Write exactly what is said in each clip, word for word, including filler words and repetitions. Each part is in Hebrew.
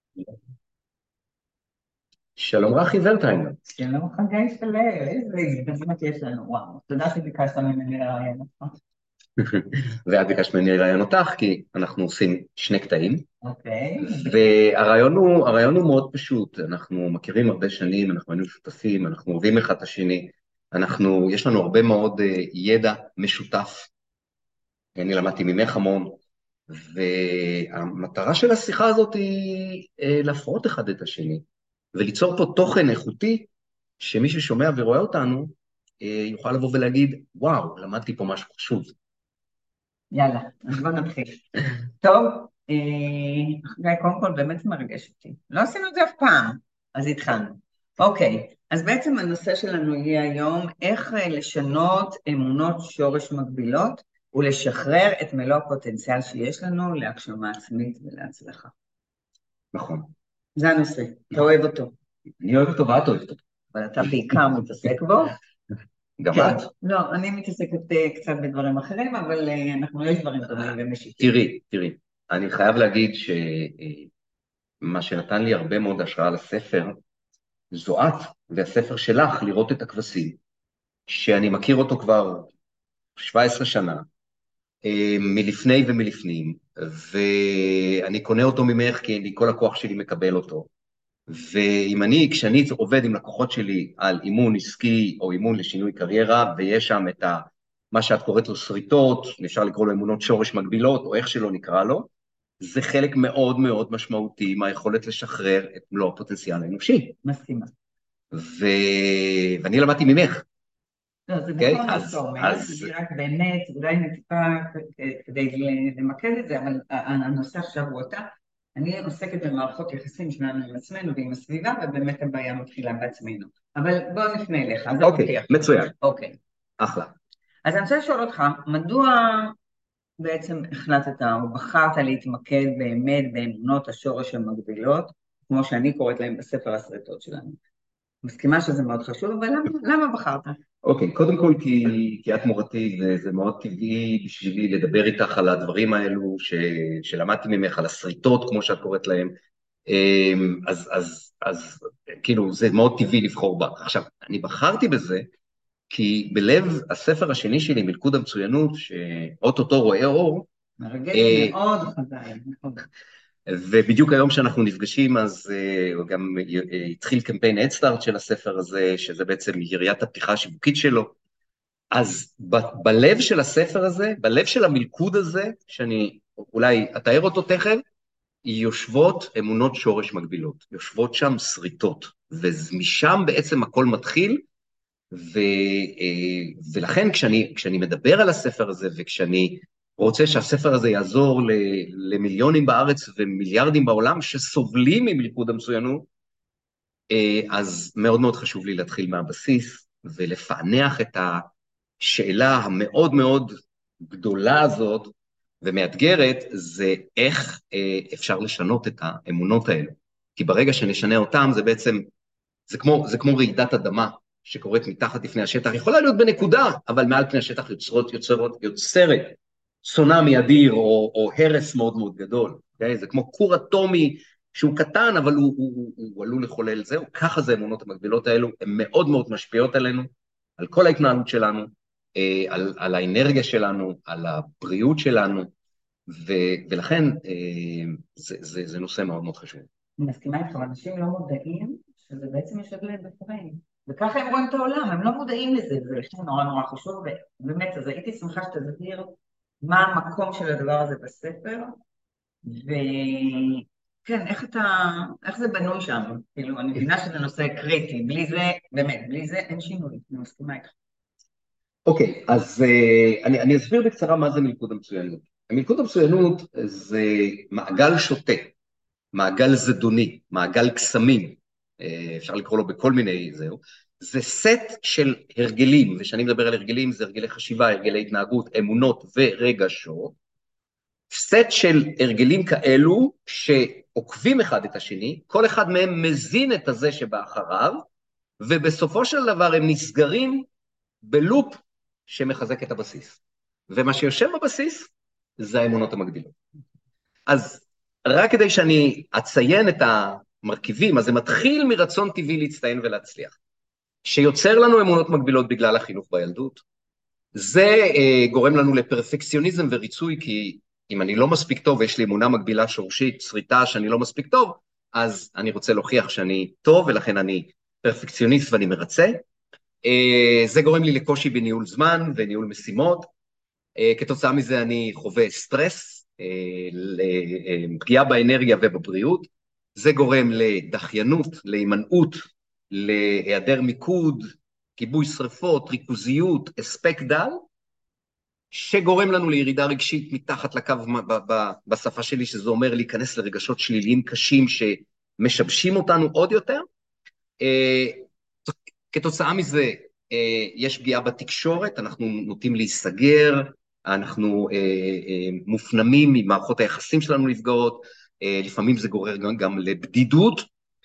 שלום רכי ורטהיימר. שלום חגי שלו, איזה הזדמנות יש לנו, וואו, תודה שביקשת ממני לראיין אותך. ואת ביקשת ממני לראיין אותך, כי אנחנו עושים שני קטעים, אוקיי, והרעיון הוא, הרעיון הוא מאוד פשוט. אנחנו מכירים הרבה שנים, אנחנו היינו שותפים, אנחנו אוהבים אחד את השני, אנחנו, יש לנו הרבה מאוד אה, ידע משותף, אני למדתי ממך המון, והמטרה של השיחה הזאת היא אה, להפרות אחד את השני, וליצור פה תוכן איכותי, שמי ששומע ורואה אותנו, אה, יוכל לבוא ולהגיד, וואו, למדתי פה משהו חשוב. יאללה, אז בוא נתחיל. טוב, אה, חגי, קודם כל באמת זה מרגש אותי. לא עשינו את זה אף פעם, אז התחלנו. אוקיי, אז בעצם הנושא שלנו יהיה היום איך אה, לשנות אמונות שורש מגבילות ולשחרר את מלוא הפוטנציאל שיש לנו להגשמה עצמית ולהצלחה. נכון, זה הנושא, אתה נכון. אוהב אותו, אני אוהב אותו ואת אוהבת אותו. אבל אתה בעיקר מתעסק בו. גם כן, את? לא, אני מתעסקת אה, קצת בדברים אחרים, אבל אה, אנחנו, יש דברים טובים ומשיקים. תראי, תראי, אני חייב להגיד שמה שנתן לי הרבה מאוד השראה לספר, זו את והספר שלך, לראות את הכבשים, שאני מכיר אותו כבר שבע עשרה שנה, אה, מלפני ומלפנים, ואני קונה אותו ממך כי אני, כל הכוח שלי מקבל אותו. ואם אני, כשאני עובד עם לקוחות שלי על אימון עסקי או אימון לשינוי קריירה, ויש שם את ה, מה שאת קוראת לו שריטות, אפשר לקרוא לו אמונות שורש מגבילות, או איך שלא נקרא לו, זה חלק מאוד מאוד משמעותי מהיכולת לשחרר את מלוא הפוטנציאל האנושי. מסכימה. ו... ואני למדתי ממך, לא, זה אוקיי? נכון מה שאתה אז, אומר, אז, אני רק באמת, אולי נטיפה כ- כדי למקד את זה, אבל ה- הנושא עכשיו הוא אותה. אני עוסקת במערכות יחסים שלנו עם עצמנו ועם הסביבה, ובאמת הבעיה מתחילה בעצמנו. אבל בואו נפנה אליך, אז אוקיי, הפתיח. מצוין, אוקיי. אחלה. אז אני רוצה לשאול אותך, מדוע בעצם החלטת או בחרת להתמקד באמת באמונות השורש המגבילות, כמו שאני קוראת להם בספר הסרטות שלנו? מסכימה שזה מאוד חשוב, אבל למה, למה בחרת? אוקיי, קודם כל כי, כי את מורתי, וזה מאוד טבעי בשבילי לדבר איתך על הדברים האלו ש, שלמדתי ממך, על השריטות, כמו שאת קוראת להם. אמ, אז, אז, אז כאילו, זה מאוד טבעי לבחור בה. עכשיו, אני בחרתי בזה, כי בלב הספר השני שלי, מלכוד המצוינות, שאו-טו-טו רואה אור, מרגש אה, מאוד חזאי, נכון. ובדיוק היום שאנחנו נפגשים, אז אה, הוא גם אה, התחיל קמפיין הדסטארט של הספר הזה, שזה בעצם יריית הפתיחה השיווקית שלו. אז ב- בלב של הספר הזה, בלב של המלכוד הזה, שאני אולי אתאר אותו תכף, יושבות אמונות שורש מגבילות, יושבות שם שריטות, ומשם בעצם הכל מתחיל, ו, אה, ולכן כשאני, כשאני מדבר על הספר הזה, וכשאני רוצה שהספר הזה יעזור ל, למיליונים בארץ ומיליארדים בעולם שסובלים ממלכוד המצוינות, אה, אז מאוד מאוד חשוב לי להתחיל מהבסיס, ולפענח את השאלה המאוד מאוד גדולה הזאת, ומאתגרת, זה איך אה, אפשר לשנות את האמונות האלה. כי ברגע שנשנה אותם, זה בעצם, זה כמו, זה כמו רעידת אדמה שקורית מתחת לפני השטח, יכולה להיות בנקודה, אבל מעל פני השטח יוצרות, יוצרות, יוצרת צונאמי אדיר, או, או הרס מאוד מאוד גדול. Okay? זה כמו כור אטומי שהוא קטן, אבל הוא, הוא, הוא, הוא עלול לחולל זהו. ככה זה אמונות המקבילות האלו, הן מאוד מאוד משפיעות עלינו, על כל ההתנהלות שלנו, אה, על, על האנרגיה שלנו, על הבריאות שלנו, ו, ולכן אה, זה, זה, זה נושא מאוד מאוד חשוב. אני מסכימה איתך, אנשים לא מודעים שזה בעצם יושב להם בפריים. וככה הם רואים את העולם, הם לא מודעים לזה, זה לכן נורא נורא חשוב, ובאמת, אז הייתי שמחה שתסביר מה המקום של הדבר הזה בספר, וכן, איך אתה, איך זה בנוי שם, כאילו, אני מבינה שזה נושא קריטי, בלי זה, באמת, בלי זה אין שינוי, אני מסכימה איתך. אוקיי, אז uh, אני, אני אסביר בקצרה מה זה מלכוד המצוינות. מלכוד המצוינות זה מעגל שוטה, מעגל זדוני, מעגל קסמים, uh, אפשר לקרוא לו בכל מיני זהו, זה סט של הרגלים, וכשאני מדבר על הרגלים זה הרגלי חשיבה, הרגלי התנהגות, אמונות ורגשות, סט של הרגלים כאלו שעוקבים אחד את השני, כל אחד מהם מזין את הזה שבא אחריו, ובסופו של דבר הם נסגרים בלופ שמחזק את הבסיס. ומה שיושב בבסיס זה האמונות המגדילות. אז רק כדי שאני אציין את המרכיבים, אז זה מתחיל מרצון טבעי להצטיין ולהצליח, שיוצר לנו אמונות מגבילות בגלל החינוך בילדות. זה אה, גורם לנו לפרפקציוניזם וריצוי, כי אם אני לא מספיק טוב, ויש לי אמונה מגבילה שורשית, שריטה שאני לא מספיק טוב, אז אני רוצה להוכיח שאני טוב, ולכן אני פרפקציוניסט ואני מרצה. אה, זה גורם לי לקושי בניהול זמן וניהול משימות. אה, כתוצאה מזה אני חווה סטרס, לפגיעה באנרגיה ובבריאות. זה גורם לדחיינות, להימנעות, להיעדר מיקוד, כיבוי שריפות, ריכוזיות, הספק דל, שגורם לנו לירידה רגשית מתחת לקו בשפה שלי, שזה אומר להיכנס לרגשות שליליים קשים שמשבשים אותנו עוד יותר. כתוצאה מזה יש פגיעה בתקשורת, אנחנו נוטים להיסגר, אנחנו מופנמים ממערכות היחסים שלנו נפגעות, לפעמים זה גורם גם לבדידות,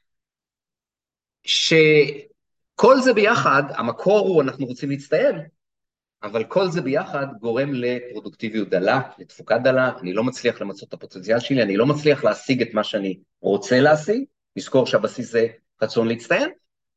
שכל זה ביחד, המקור הוא אנחנו רוצים להצטיין, אבל כל זה ביחד גורם לפרודוקטיביות דלה, לתפוקה דלה, אני לא מצליח למצות את הפוטנציאל שלי, אני לא מצליח להשיג את מה שאני רוצה להשיג, לזכור שהבסיס זה רצון להצטיין,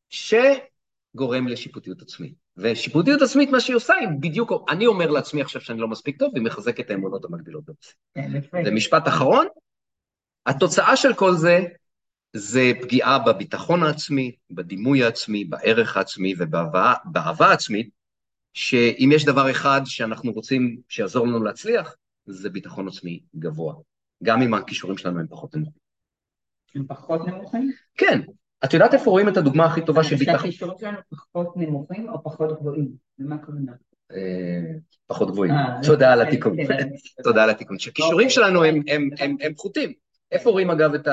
שגורם לשיפוטיות עצמית. ושיפוטיות עצמית, מה שהיא עושה, היא בדיוק, אני אומר לעצמי עכשיו שאני לא מספיק טוב, והיא מחזקת את האמונות המגבילות בבסיס. ומשפט אחרון, התוצאה של כל זה, זה פגיעה בביטחון העצמי, בדימוי העצמי, בערך העצמי ובאהבה העצמית, שאם יש דבר אחד שאנחנו רוצים שיעזור לנו להצליח, זה ביטחון עצמי גבוה. גם אם הכישורים שלנו הם פחות נמוכים. הם פחות נמוכים? כן. את יודעת איפה רואים את הדוגמה הכי טובה של ביטחון? שהכישורים שלנו פחות נמוכים או פחות גבוהים? למה הכוונה? פחות גבוהים. תודה על התיקון. תודה על התיקון. שהכישורים שלנו הם פחותים. איפה רואים אגב את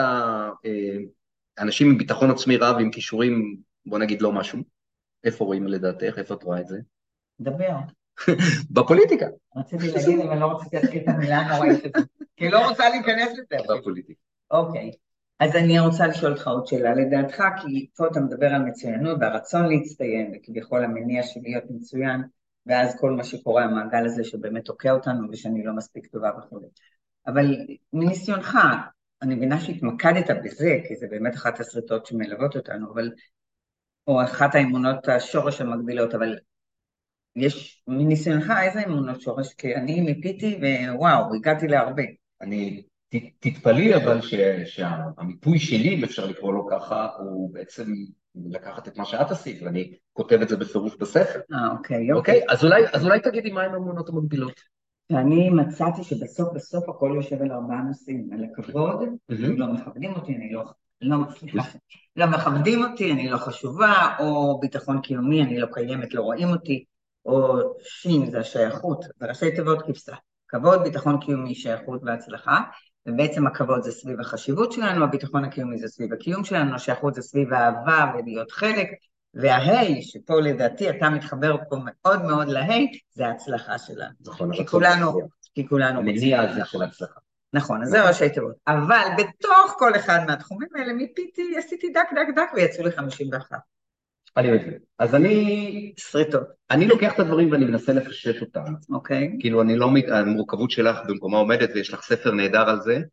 האנשים עם ביטחון עצמי רב, עם כישורים, בוא נגיד לא משהו? איפה רואים לדעתך? איפה את רואה את זה? דבר. בפוליטיקה. רציתי להגיד, אבל לא רציתי להגיד את המילה הנוראית הזאת, כי לא רוצה להיכנס לזה. בפוליטיקה. אוקיי, אז אני רוצה לשאול אותך עוד שאלה לדעתך, כי פה אתה מדבר על מצוינות והרצון להצטיין, וכביכול המניע של להיות מצוין, ואז כל מה שקורה, המעגל הזה שבאמת תוקע אותנו, ושאני לא מספיק טובה וכו'. אבל מניסיונך, אני מבינה שהתמקדת בזה, כי זה באמת אחת הסריטות שמלוות אותנו, אבל, או אחת האמונות השורש המקבילות, אבל יש מניסיונך איזה אמונות שורש? כי אני מיפיתי ווואו, הגעתי להרבה. אני תתפלאי אבל שהמיפוי שלי, אם אפשר לקרוא לו ככה, הוא בעצם לקחת את מה שאת עשית, ואני כותב את זה בפירוש בספר. אה, אוקיי, אוקיי. אז אולי תגידי מה הם האמונות המקבילות. ואני מצאתי שבסוף בסוף הכל יושב על ארבעה נושאים, על הכבוד, לא מכבדים אותי, אני לא, לא מצליחה, לא מכבדים אותי, אני לא חשובה, או ביטחון קיומי, אני לא קיימת, לא רואים אותי, או שין, זה השייכות, וראשי תיבות כבשה, כבוד, ביטחון קיומי, שייכות והצלחה, ובעצם הכבוד זה סביב החשיבות שלנו, הביטחון הקיומי זה סביב הקיום שלנו, השייכות זה סביב האהבה ולהיות חלק, וההי, שפה לדעתי אתה מתחבר פה מאוד מאוד להי, זה ההצלחה שלנו. נכון, כי כולנו, כי כולנו המניע הזה של ההצלחה. נכון, אז זה ראשי תיבות. אבל בתוך כל אחד מהתחומים האלה, מיפיתי, עשיתי דק דק דק, ויצאו לי חמישים ואחת. אני מבין. אז אני... שריטות. אני לוקח את הדברים ואני מנסה לפשט אותם. אוקיי. כאילו, אני לא... המורכבות שלך במקומה עומדת, ויש לך ספר נהדר על זה.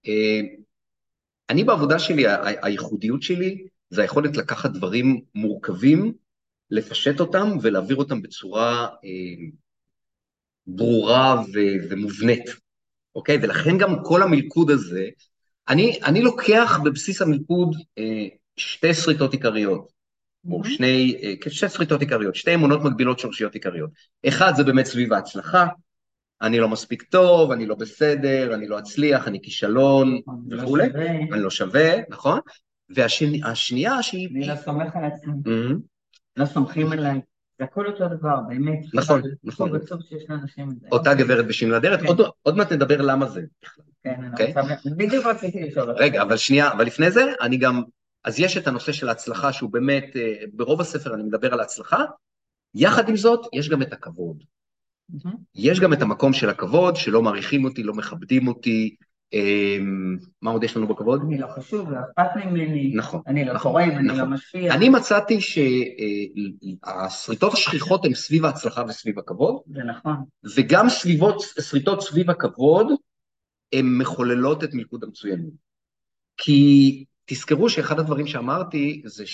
אני בעבודה שלי, הייחודיות שלי, זה היכולת לקחת דברים מורכבים, לפשט אותם ולהעביר אותם בצורה אה, ברורה ו- ומובנית, אוקיי? ולכן גם כל המלכוד הזה, אני, אני לוקח בבסיס המלכוד אה, שתי שריטות עיקריות, mm-hmm. או שני, אה, שתי שריטות עיקריות, שתי אמונות מקבילות שורשיות עיקריות. אחד זה באמת סביב ההצלחה, אני לא מספיק טוב, אני לא בסדר, אני לא אצליח, אני כישלון וכו'. אני לא שווה, נכון? והשנייה שהיא... אני לא סומך על עצמי. לא סומכים עליי. זה הכל אותו דבר, באמת. נכון, נכון. פה בצור שיש לאנשים את זה. אותה גברת בשינוי אדרת. עוד מעט נדבר למה זה. כן, אני רוצה... בדיוק רציתי לשאול אותך. רגע, אבל שנייה, אבל לפני זה, אני גם... אז יש את הנושא של ההצלחה, שהוא באמת, ברוב הספר אני מדבר על ההצלחה, יחד עם זאת, יש גם את הכבוד. יש גם את המקום של הכבוד, שלא מעריכים אותי, לא מכבדים אותי, מה עוד יש לנו בכבוד? אני לא חשוב, לא אכפת ממני, נכון, אני לא תורם, אני לא משפיע. אני מצאתי שהשריטות השכיחות הן סביב ההצלחה וסביב הכבוד. זה נכון. וגם שריטות סביב הכבוד, הן מחוללות את מלכוד המצוינות. כי תזכרו שאחד הדברים שאמרתי זה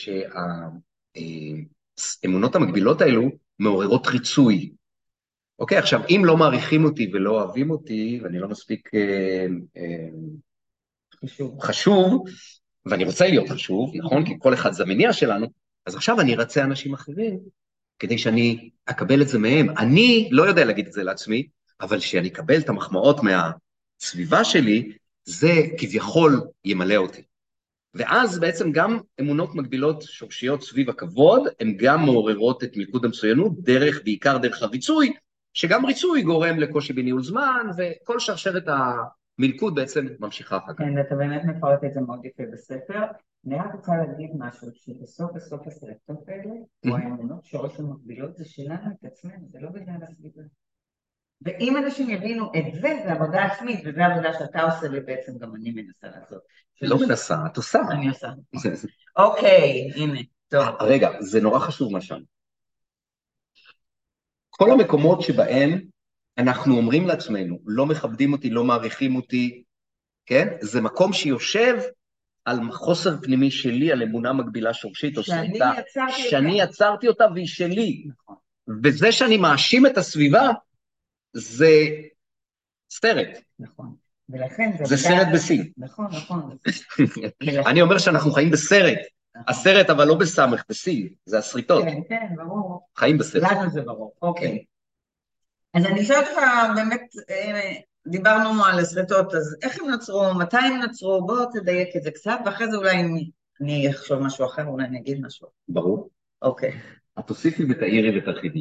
שהאמונות המקבילות האלו מעוררות ריצוי. אוקיי, עכשיו, אם לא מעריכים אותי ולא אוהבים אותי, ואני לא מספיק אה, אה, חשוב. חשוב, ואני רוצה להיות חשוב, נכון? כי כל אחד זה המניע שלנו, אז עכשיו אני ארצה אנשים אחרים, כדי שאני אקבל את זה מהם. אני לא יודע להגיד את זה לעצמי, אבל שאני אקבל את המחמאות מהסביבה שלי, זה כביכול ימלא אותי. ואז בעצם גם אמונות מקבילות שורשיות סביב הכבוד, הן גם מעוררות את מלכוד המצוינות, דרך, בעיקר דרך הריצוי, שגם ריצוי גורם לקושי בניהול זמן, וכל שרשרת המלכוד בעצם ממשיכה אחר כך. כן, ואתה באמת מפרט את זה מאוד יפה בספר. אני רק רוצה להגיד משהו, שבסוף בסוף הסרטות האלה, או האמונות שורש המקבילות, זה שלנו את עצמנו, זה לא בגלל הסביבה. ואם אנשים יבינו את זה, זה עבודה עצמית, וזה עבודה שאתה עושה, ובעצם גם אני מנסה לעשות. לא מנסה, את עושה. אני עושה. אוקיי, הנה, טוב. רגע, זה נורא חשוב מה שם. כל המקומות שבהם אנחנו אומרים לעצמנו, לא מכבדים אותי, לא מעריכים אותי, כן? זה מקום שיושב על חוסר פנימי שלי, על אמונה מקבילה שורשית, שאני יצרתי אותה. שאני יצרתי אותה והיא שלי. נכון. וזה שאני מאשים את הסביבה, זה סרט. נכון. ולכן זה... זה סרט בסין. נכון, נכון. אני אומר שאנחנו חיים בסרט. הסרט אבל לא בסמך, בסין. זה הסריטות. כן, כן, ברור. חיים בסרט. לנו זה ברור. אוקיי. אז אני שואלת לך, באמת, דיברנו על הסרטות, אז איך הם נוצרו, מתי הם נוצרו, בואו תדייק את זה קצת, ואחרי זה אולי אני אחשוב משהו אחר, אולי אני אגיד משהו. ברור. אוקיי. את תוסיפי ותעירי ותרחיבי.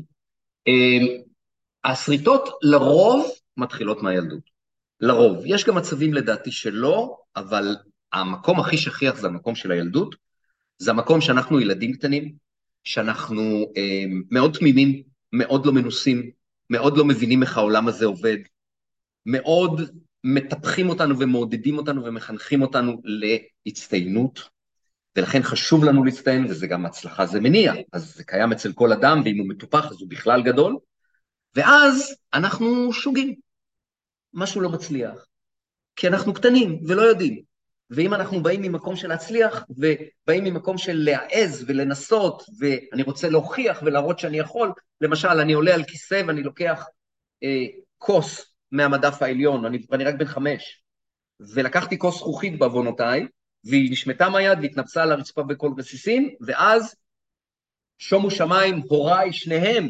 הסריטות לרוב מתחילות מהילדות. לרוב. יש גם מצבים לדעתי שלא, אבל המקום הכי שכיח זה המקום של הילדות, זה המקום שאנחנו ילדים קטנים, שאנחנו אה, מאוד תמימים, מאוד לא מנוסים, מאוד לא מבינים איך העולם הזה עובד, מאוד מטפחים אותנו ומעודדים אותנו ומחנכים אותנו להצטיינות, ולכן חשוב לנו להצטיין, וזה גם הצלחה, זה מניע, אז זה קיים אצל כל אדם, ואם הוא מטופח אז הוא בכלל גדול, ואז אנחנו שוגים, משהו לא מצליח, כי אנחנו קטנים ולא יודעים, ואם אנחנו באים ממקום של להצליח, ובאים ממקום של להעז ולנסות, ואני רוצה להוכיח ולהראות שאני יכול, למשל, אני עולה על כיסא ואני לוקח אה, כוס מהמדף העליון, אני, ואני רק בן חמש, ולקחתי כוס זכוכית בעוונותיי, והיא נשמטה מהיד והתנפצה על הרצפה בכל רסיסים, ואז שומו שמיים, הוריי, שניהם,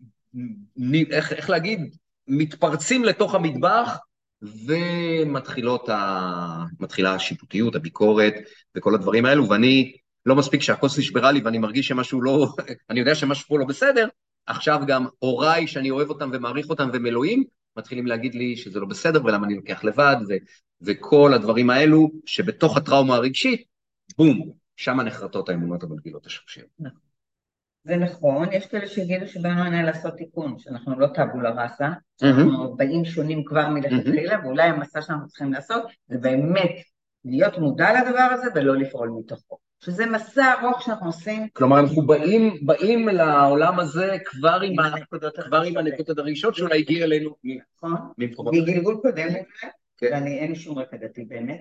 איך, איך להגיד, מתפרצים לתוך המטבח, ומתחילות ה... מתחילה השיפוטיות, הביקורת, וכל הדברים האלו, ואני לא מספיק שהכוס נשברה לי, ואני מרגיש שמשהו לא, אני יודע שמשהו פה לא בסדר, עכשיו גם הוריי, שאני אוהב אותם ומעריך אותם ומלואים, מתחילים להגיד לי שזה לא בסדר, ולמה אני לוקח לבד, ו... וכל הדברים האלו, שבתוך הטראומה הרגשית, בום, שמה נחרטות האמונות המקבילות השורשיות. זה נכון, יש כאלה שיגידו שבאנו עניין לעשות תיקון, שאנחנו לא טאבולה ראסה, שאנחנו באים שונים כבר מלכתחילה, ואולי המסע שאנחנו צריכים לעשות, זה באמת להיות מודע לדבר הזה ולא לפעול מתוכו. שזה מסע ארוך שאנחנו עושים. כלומר, אנחנו באים, באים לעולם הזה כבר עם הנקודות הראשות, שאולי הגיע אלינו ממקומות. בגלגול קודם, ואני אין לי שום רקע דתי באמת,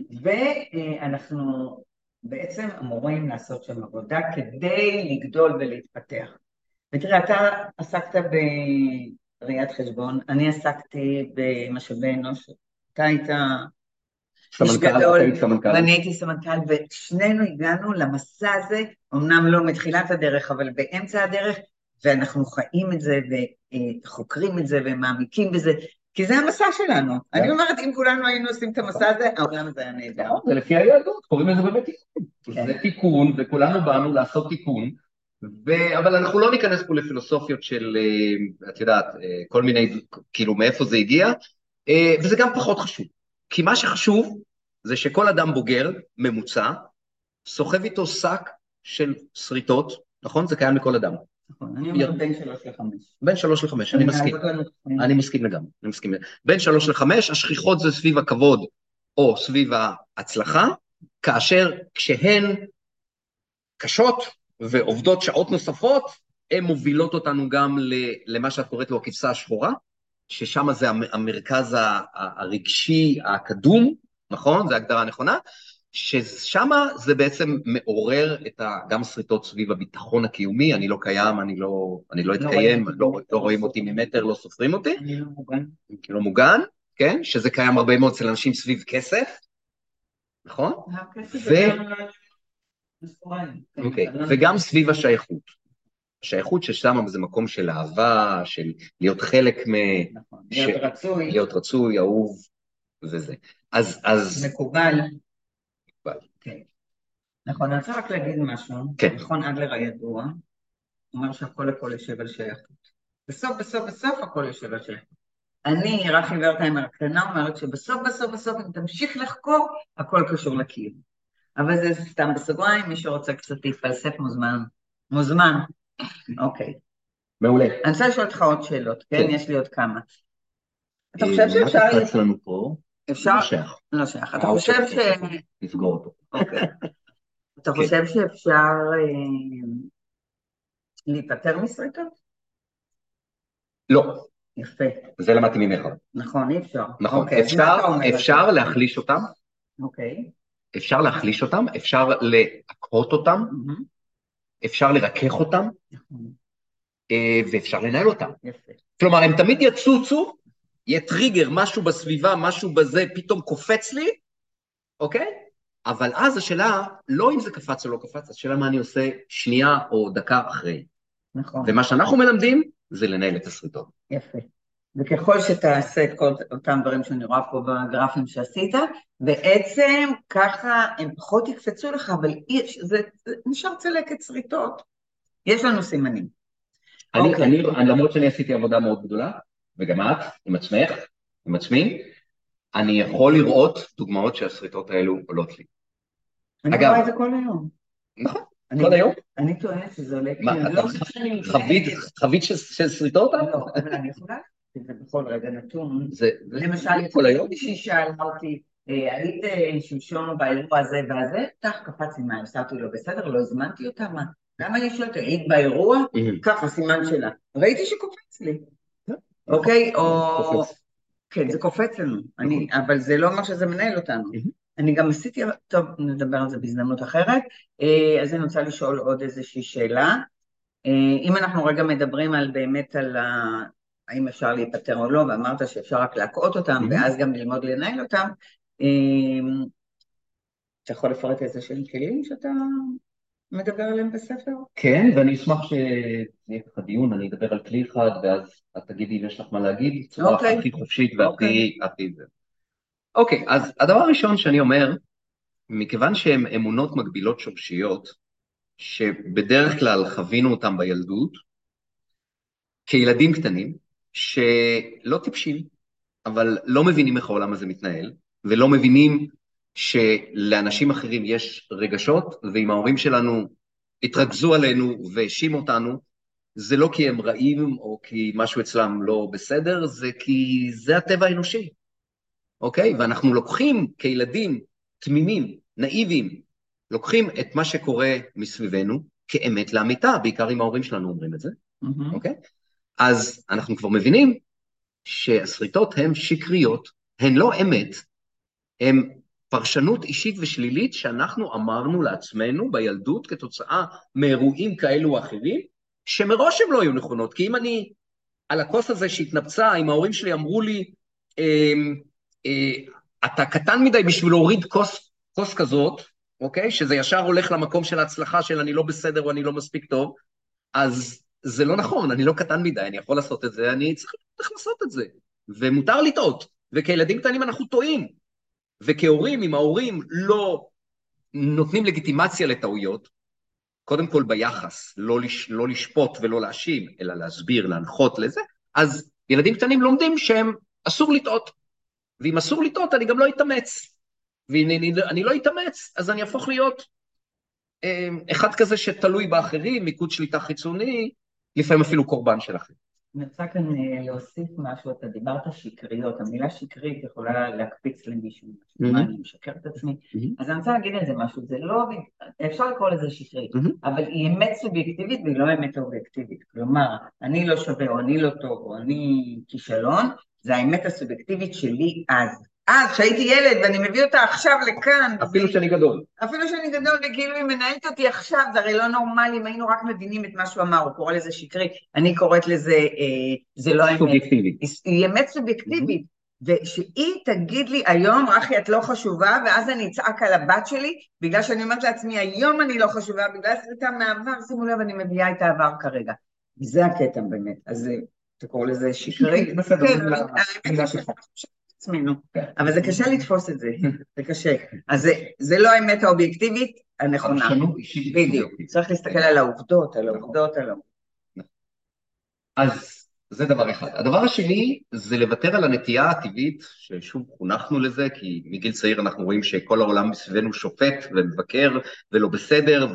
ואנחנו בעצם אמורים לעשות שם עבודה כדי לגדול ולהתפתח. ותראה, אתה עסקת בראיית חשבון, אני עסקתי במשאבי אנוש, אתה היית איש גדול, ואני הייתי סמנכ"ל, ושנינו הגענו למסע הזה, אמנם לא מתחילת הדרך, אבל באמצע הדרך, ואנחנו חיים את זה, וחוקרים את זה, ומעמיקים בזה, כי זה המסע שלנו. אני אומרת, אם כולנו היינו עושים את המסע הזה, העולם הזה היה נהדר. זה לפי היהדות, קוראים לזה באמת תיקון. זה תיקון, וכולנו באנו לעשות תיקון, אבל אנחנו לא ניכנס פה לפילוסופיות של, את יודעת, כל מיני, כאילו מאיפה זה הגיע, וזה גם פחות חשוב. כי מה שחשוב זה שכל אדם בוגר, ממוצע, סוחב איתו שק של שריטות, נכון? זה קיים לכל אדם. נכון, אני אומר בין שלוש לחמש. בין שלוש לחמש, אני מסכים. אני מסכים לגמרי, אני מסכים. בין שלוש לחמש, השכיחות זה סביב הכבוד, או סביב ההצלחה, כאשר כשהן קשות ועובדות שעות נוספות, הן מובילות אותנו גם למה שאת קוראת לו הכבשה השחורה, ששם זה המרכז הרגשי הקדום, נכון? זו ההגדרה הנכונה, ששם זה בעצם מעורר את ה, גם שריטות סביב הביטחון הקיומי, אני לא קיים, אני לא, אני לא אתקיים, לא, לא רואים אותי ממטר, לא סופרים אותי. אני לא מוגן. לא מוגן, כן? שזה קיים הרבה מאוד אצל אנשים סביב כסף, נכון? הכסף זה גם מסוריים. אוקיי, וגם סביב השייכות. השייכות ששם זה מקום של אהבה, של להיות חלק מ... נכון, להיות רצוי. להיות רצוי, אהוב, וזה. אז, אז... מקובל. מקובל. כן. נכון, אני רוצה רק להגיד משהו. כן. נכון, אדלר הידוע, הוא אומר שהכל הכל יושב על שייכות. בסוף, בסוף, בסוף הכל יושב על שייכות. אני, רחי ורטהיימר הקטנה, אומרת שבסוף, בסוף, בסוף, אם תמשיך לחקור, הכל קשור לקיום. אבל זה סתם בסוגריים, מי שרוצה קצת להתפלסף מוזמן. מוזמן. אוקיי. מעולה. אני רוצה לשאול אותך עוד שאלות, כן? יש לי עוד כמה. אתה חושב שאפשר... מה תקפץ לנו פה? אפשר? לא שייך. לא שייך. אתה חושב ש... נסגור אותו. אוקיי. אתה חושב שאפשר להיפטר משריטות? לא. יפה. זה למדתי ממך. נכון, אי אפשר. נכון. אפשר להחליש אותם. אוקיי. אפשר להחליש אותם, אפשר להקהות אותם, אפשר לרכך אותם, ואפשר לנהל אותם. יפה. כלומר, הם תמיד יצוצו, יהיה טריגר, משהו בסביבה, משהו בזה, פתאום קופץ לי, אוקיי? אבל אז השאלה, לא אם זה קפץ או לא קפץ, השאלה מה אני עושה שנייה או דקה אחרי. נכון. ומה שאנחנו מלמדים, זה לנהל את השריטות. יפה. וככל שתעשה את כל אותם דברים שאני רואה פה בגרפים שעשית, בעצם ככה הם פחות יקפצו לך, אבל זה, זה נשאר צלקת שריטות. יש לנו סימנים. אני, okay. אני, אני, למרות שאני עשיתי עבודה מאוד גדולה, וגם את, עם עצמך, עם עצמי, אני יכול לראות דוגמאות שהשריטות האלו עולות לי. אני רואה את זה כל היום. נכון, כל היום. אני טוענת שזה עולה מה, אתה חבית של שריטות? לא, אבל אני יכולה, זה בכל רגע נתון. זה למשל, כל היום. מישהי שאלה אותי, היית שלשום באירוע הזה והזה, כך קפצתי מה, עשיתי לו בסדר, לא הזמנתי אותה, מה? למה אני שואלת, היית באירוע? ככה, סימן שלה. ראיתי שקופץ לי. אוקיי? או... כן, זה קופץ לנו, אבל זה לא אומר שזה מנהל אותנו. אני גם עשיתי, טוב, נדבר על זה בהזדמנות אחרת, אז אני רוצה לשאול עוד איזושהי שאלה. אם אנחנו רגע מדברים על באמת על האם אפשר להיפטר או לא, ואמרת שאפשר רק להקעות אותם, ואז גם ללמוד לנהל אותם, אתה יכול לפרט איזה שהם כלים שאתה מדבר עליהם בספר? כן, ואני אשמח שיהיה ככה דיון, אני אדבר על כלי אחד, ואז את תגידי אם יש לך מה להגיד, בצורה הכי חופשית והכי... אוקיי, אז הדבר הראשון שאני אומר, מכיוון שהן אמונות מגבילות שורשיות, שבדרך כלל חווינו אותן בילדות, כילדים קטנים, שלא טיפשים, אבל לא מבינים איך העולם הזה מתנהל, ולא מבינים שלאנשים אחרים יש רגשות, ואם ההורים שלנו התרכזו עלינו והאשימו אותנו, זה לא כי הם רעים או כי משהו אצלם לא בסדר, זה כי זה הטבע האנושי, אוקיי? ואנחנו לוקחים כילדים תמימים, נאיביים, לוקחים את מה שקורה מסביבנו כאמת לאמיתה, בעיקר אם ההורים שלנו אומרים את זה, mm-hmm. אוקיי? אז אנחנו כבר מבינים שהשריטות הן שקריות, הן לא אמת, הן פרשנות אישית ושלילית שאנחנו אמרנו לעצמנו בילדות כתוצאה מאירועים כאלו או אחרים, שמראש הם לא היו נכונות, כי אם אני על הכוס הזה שהתנפצה, אם ההורים שלי אמרו לי, אה, אה, אתה קטן מדי בשביל להוריד כוס, כוס כזאת, אוקיי? שזה ישר הולך למקום של ההצלחה של אני לא בסדר או אני לא מספיק טוב, אז זה לא נכון, אני לא קטן מדי, אני יכול לעשות את זה, אני צריך, צריך לעשות את זה, ומותר לטעות, וכילדים קטנים אנחנו טועים, וכהורים, אם ההורים לא נותנים לגיטימציה לטעויות, קודם כל ביחס, לא, לש, לא לשפוט ולא להאשים, אלא להסביר, להנחות לזה, אז ילדים קטנים לומדים שהם אסור לטעות, ואם אסור לטעות אני גם לא אתאמץ, ואם אני, אני לא אתאמץ, אז אני אהפוך להיות אה, אחד כזה שתלוי באחרים, מיקוד שליטה חיצוני, לפעמים אפילו קורבן של אחרים. אני רוצה כאן להוסיף משהו, אתה דיברת שקריות, המילה שקרית יכולה להקפיץ למישהו, מה אני משקר את עצמי, אז אני רוצה להגיד על זה משהו, זה לא, אפשר לקרוא לזה שקרית, אבל היא אמת סובייקטיבית והיא לא אמת אובייקטיבית, כלומר, אני לא שווה או אני לא טוב או אני כישלון, זה האמת הסובייקטיבית שלי אז. אז, כשהייתי ילד ואני מביא אותה עכשיו לכאן. אפילו שאני גדול. אפילו שאני גדול, וכאילו היא מנהלת אותי עכשיו, זה הרי לא נורמלי, אם היינו רק מבינים את מה שהוא אמר, הוא קורא לזה שקרי, אני קוראת לזה, אה, זה לא אמת. סובייקטיבית. היא אמת סובייקטיבית, ושהיא תגיד לי, היום, אחי, את לא חשובה, ואז אני אצעק על הבת שלי, בגלל שאני אומרת לעצמי, היום אני לא חשובה, בגלל סריטה מהעבר, שימו לב, אני מביאה את העבר כרגע. וזה הקטע באמת, אז תקראו לזה שקרי. עצמנו, אבל זה קשה לתפוס את זה, זה קשה. אז זה, זה לא האמת האובייקטיבית הנכונה. בדיוק, צריך להסתכל על העובדות, על העובדות, על העובדות. אז זה דבר אחד. הדבר השני זה לוותר על הנטייה הטבעית, ששוב חונכנו לזה, כי מגיל צעיר אנחנו רואים שכל העולם מסביבנו שופט ומבקר ולא בסדר,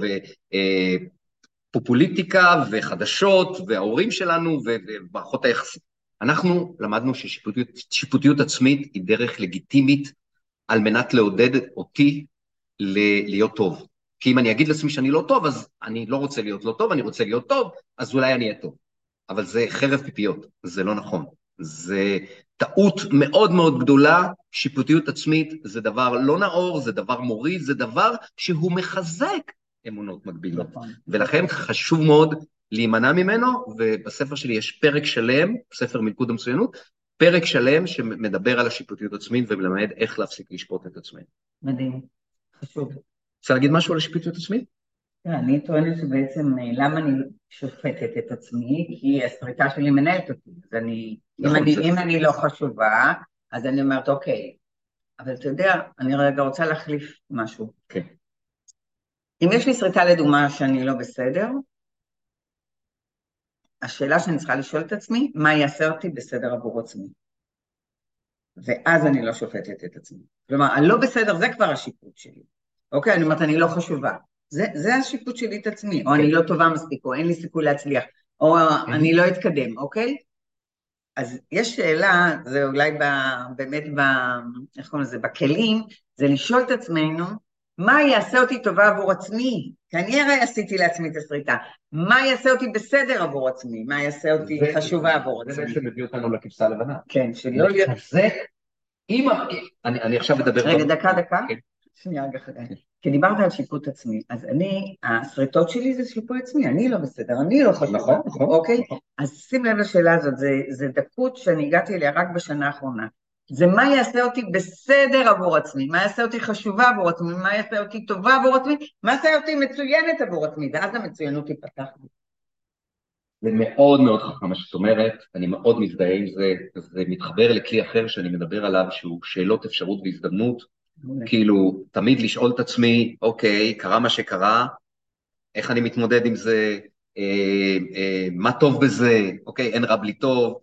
ופופוליטיקה וחדשות, וההורים שלנו ומערכות היחסים. אנחנו למדנו ששיפוטיות עצמית היא דרך לגיטימית על מנת לעודד אותי להיות טוב. כי אם אני אגיד לעצמי שאני לא טוב, אז אני לא רוצה להיות לא טוב, אני רוצה להיות טוב, אז אולי אני אהיה טוב. אבל זה חרב פיפיות, זה לא נכון. זה טעות מאוד מאוד גדולה, שיפוטיות עצמית זה דבר לא נאור, זה דבר מוריד, זה דבר שהוא מחזק אמונות מקבילות. ולכן חשוב מאוד להימנע ממנו, ובספר שלי יש פרק שלם, ספר מלכוד המצוינות, פרק שלם שמדבר על השיפוטיות עצמית, ומלמד איך להפסיק לשפוט את עצמנו. מדהים, חשוב. רוצה להגיד משהו על השיפוטיות עצמית? אני טוענת שבעצם למה אני שופטת את עצמי, כי הסריטה שלי מנהלת אותי. אז אני, אם אני, אם אני לא חשובה, אז אני אומרת, אוקיי, אבל אתה יודע, אני רגע רוצה להחליף משהו. כן. אם יש לי סריטה לדוגמה שאני לא בסדר, השאלה שאני צריכה לשאול את עצמי, מה יעשה אותי בסדר עבור עצמי? ואז אני לא שופטת את עצמי. כלומר, הלא בסדר זה כבר השיפוט שלי. אוקיי, אני אומרת, אני לא חשובה. זה, זה השיפוט שלי את עצמי, או אני לא טובה מספיק, או אין לי סיכוי להצליח, או אני לא אתקדם, אוקיי? אז יש שאלה, זה אולי באמת, איך קוראים לזה, בכלים, זה לשאול את עצמנו, מה יעשה אותי טובה עבור עצמי? כי אני הרי עשיתי לעצמי את הסריטה. מה יעשה אותי בסדר עבור עצמי? מה יעשה אותי חשובה עבור עצמי? זה בעצם מביא אותנו לכבשה הלבנה. כן, שלא להיות... לחזק, אני עכשיו מדבר... רגע, דקה, דקה. שנייה, רגע, חגי. כי דיברת על שיפוט עצמי, אז אני, הסריטות שלי זה שיפוט עצמי, אני לא בסדר, אני לא חשובה. נכון, נכון. אוקיי? אז שים לב לשאלה הזאת, זה דקות שאני הגעתי אליה רק בשנה האחרונה. זה מה יעשה אותי בסדר עבור עצמי, מה יעשה אותי חשובה עבור עצמי, מה יעשה אותי טובה עבור עצמי, מה יעשה אותי מצוינת עבור עצמי, ואז המצוינות תיפתח לי. זה מאוד מאוד חכם מה שאת אומרת, אני מאוד מזדהה עם זה, זה מתחבר לכלי אחר שאני מדבר עליו, שהוא שאלות אפשרות והזדמנות, כאילו תמיד לשאול את עצמי, אוקיי, קרה מה שקרה, איך אני מתמודד עם זה, אה, אה, מה טוב בזה, אוקיי, אין רע בלי טוב,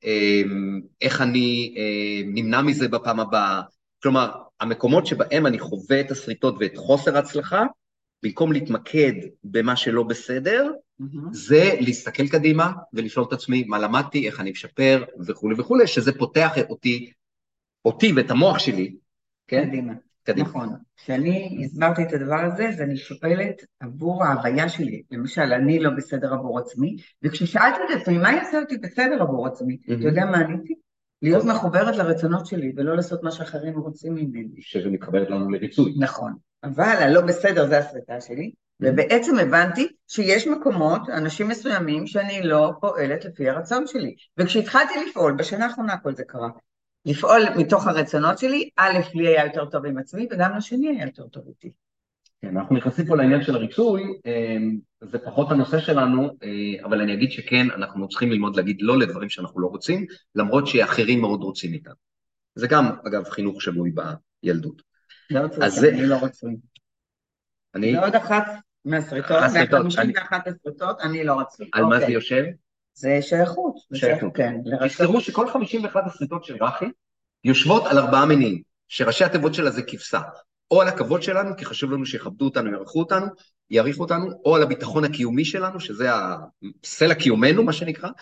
איך אני נמנע מזה בפעם הבאה, כלומר, המקומות שבהם אני חווה את הסריטות ואת חוסר הצלחה, במקום להתמקד במה שלא בסדר, זה להסתכל קדימה ולשאול את עצמי מה למדתי, איך אני משפר וכו' וכו', שזה פותח אותי, אותי ואת המוח שלי, כן? קדימה. נכון, כשאני הסברתי את הדבר הזה, אז אני שואלת עבור ההוויה שלי, למשל, אני לא בסדר עבור עצמי, וכששאלתי את עצמי, מה יעשה אותי בסדר עבור עצמי? אתה יודע מה עניתי? להיות מחוברת לרצונות שלי, ולא לעשות מה שאחרים רוצים ממני. שזה מתחברת לנו לריצוי. נכון, אבל הלא בסדר זה הסריטה שלי, ובעצם הבנתי שיש מקומות, אנשים מסוימים, שאני לא פועלת לפי הרצון שלי, וכשהתחלתי לפעול, בשנה האחרונה כל זה קרה, לפעול מתוך הרצונות שלי, א', לי היה יותר טוב עם עצמי, וגם לשני היה יותר טוב איתי. כן, אנחנו נכנסים פה לעניין של הריצוי, זה פחות הנושא שלנו, אבל אני אגיד שכן, אנחנו צריכים ללמוד להגיד לא לדברים שאנחנו לא רוצים, למרות שאחרים מאוד רוצים איתם. זה גם, אגב, חינוך שבוי בילדות. לא רוצה, אני לא רוצה. אני... זה עוד אחת מהסריטות, וחמישים ואחת הסריטות, אני לא רוצה. על מה זה יושב? זה שייכות. שייכות. תזכרו שכל חמישים ואחת הסריטות של רחי יושבות על ארבעה מניעים, שראשי התיבות שלה זה כבשה, או על הכבוד שלנו, כי חשוב לנו שיכבדו אותנו, יערכו אותנו, יעריכו אותנו, או על הביטחון הקיומי שלנו, שזה הסלע קיומנו, מה שנקרא,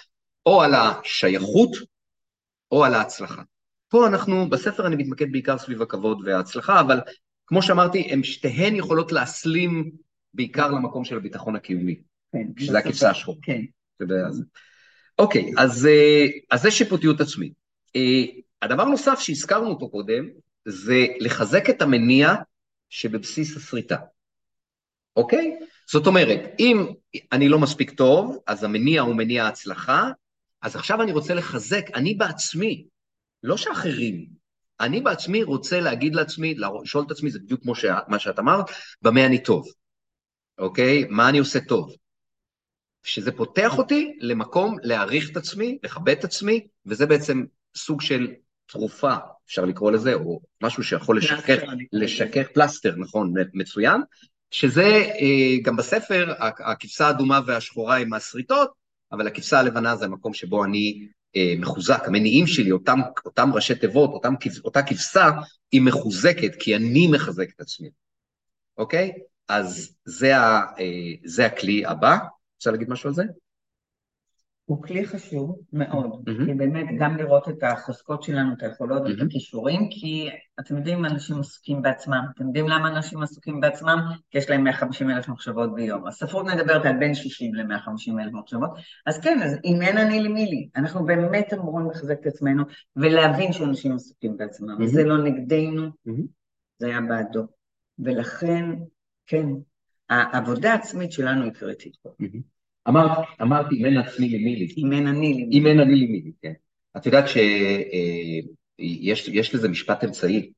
או על השייכות, או על ההצלחה. פה אנחנו, בספר אני מתמקד בעיקר סביב הכבוד וההצלחה, אבל כמו שאמרתי, הן שתיהן יכולות להסלים בעיקר למקום של הביטחון הקיומי, כן, שזה הכבשה השחורה. כן. אוקיי, אז, אז זה שיפוטיות עצמית. הדבר נוסף שהזכרנו אותו קודם, זה לחזק את המניע שבבסיס הסריטה. אוקיי? זאת אומרת, אם אני לא מספיק טוב, אז המניע הוא מניע ההצלחה, אז עכשיו אני רוצה לחזק, אני בעצמי, לא שאחרים, אני בעצמי רוצה להגיד לעצמי, לשאול את עצמי, זה בדיוק כמו שאת, מה שאת אמרת, במה אני טוב, אוקיי? מה אני עושה טוב? שזה פותח אותי למקום להעריך את עצמי, לכבד את עצמי, וזה בעצם סוג של תרופה, אפשר לקרוא לזה, או משהו שיכול לשכך, לשכך פלסטר, נכון, מצוין, שזה גם בספר, הכבשה האדומה והשחורה עם הסריטות, אבל הכבשה הלבנה זה המקום שבו אני מחוזק, המניעים שלי, אותם, אותם ראשי תיבות, אותם, אותה כבשה, היא מחוזקת, כי אני מחזק את עצמי. אוקיי? אז זה, ה, זה הכלי הבא. רוצה להגיד משהו על זה? הוא כלי חשוב מאוד, mm-hmm. כי באמת גם לראות את החוזקות שלנו, את היכולות, mm-hmm. את הכישורים, כי אתם יודעים, אנשים עסוקים בעצמם. אתם יודעים למה אנשים עסוקים בעצמם? כי יש להם מאה וחמישים אלף מחשבות ביום. הספרות מדברת על בין שישים ל-מאה וחמישים אלף מחשבות. אז כן, אז אם אין אני למי לי, אנחנו באמת אמורים לחזק את עצמנו, ולהבין שאנשים עסוקים בעצמם. Mm-hmm. זה לא נגדנו, mm-hmm. זה היה בעדו. ולכן, כן, העבודה העצמית שלנו היא קריטית. Mm-hmm. אמרתי, אמרתי, אם אין עצמי למי לי. אם אין אני למי. אם אין אני למי לי, כן. את יודעת שיש יש לזה משפט אמצעי,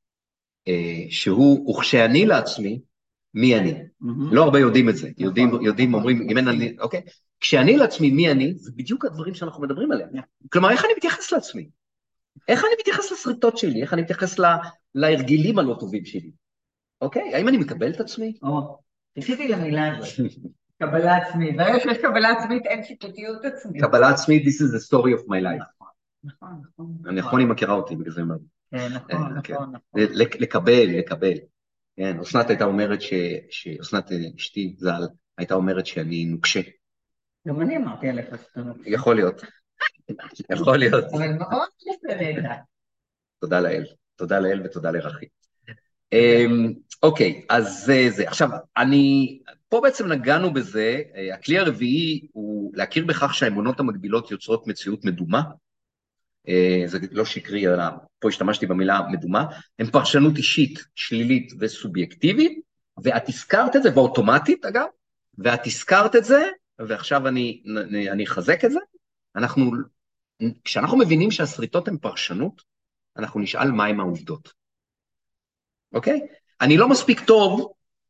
שהוא, וכשאני לעצמי, מי אני? לא הרבה יודעים את זה. יודעים, יודעים, אומרים, אם אין אני, אוקיי? כשאני לעצמי, מי אני? זה בדיוק הדברים שאנחנו מדברים עליהם. כלומר, איך אני מתייחס לעצמי? איך אני מתייחס לסריטות שלי? איך אני מתייחס להרגילים הלא טובים שלי? אוקיי? האם אני מקבל את עצמי? או, תקשיבי למילה הזאת. קבלה עצמית, ברגע שיש קבלה עצמית אין שיפוטיות עצמית. קבלה עצמית, this is the story of my life. נכון, נכון. אני נכון, היא מכירה אותי בגלל זה אומר. נכון, נכון, נכון. לקבל, לקבל. כן, אסנת הייתה אומרת, אסנת אשתי ז"ל, הייתה אומרת שאני נוקשה. גם אני אמרתי עליך שאתה נוקשה. יכול להיות. יכול להיות. אבל מאוד בסדר. תודה לאל. תודה לאל ותודה לרחי. אוקיי, אז זה. עכשיו, אני... פה בעצם נגענו בזה, הכלי הרביעי הוא להכיר בכך שהאמונות המקבילות יוצרות מציאות מדומה, זה לא שקרי, אלא פה השתמשתי במילה מדומה, הן פרשנות אישית, שלילית וסובייקטיבית, ואת הזכרת את זה, ואוטומטית אגב, ואת הזכרת את זה, ועכשיו אני, אני אחזק את זה, אנחנו, כשאנחנו מבינים שהסריטות הן פרשנות, אנחנו נשאל מהם העובדות. אוקיי? אני לא מספיק טוב,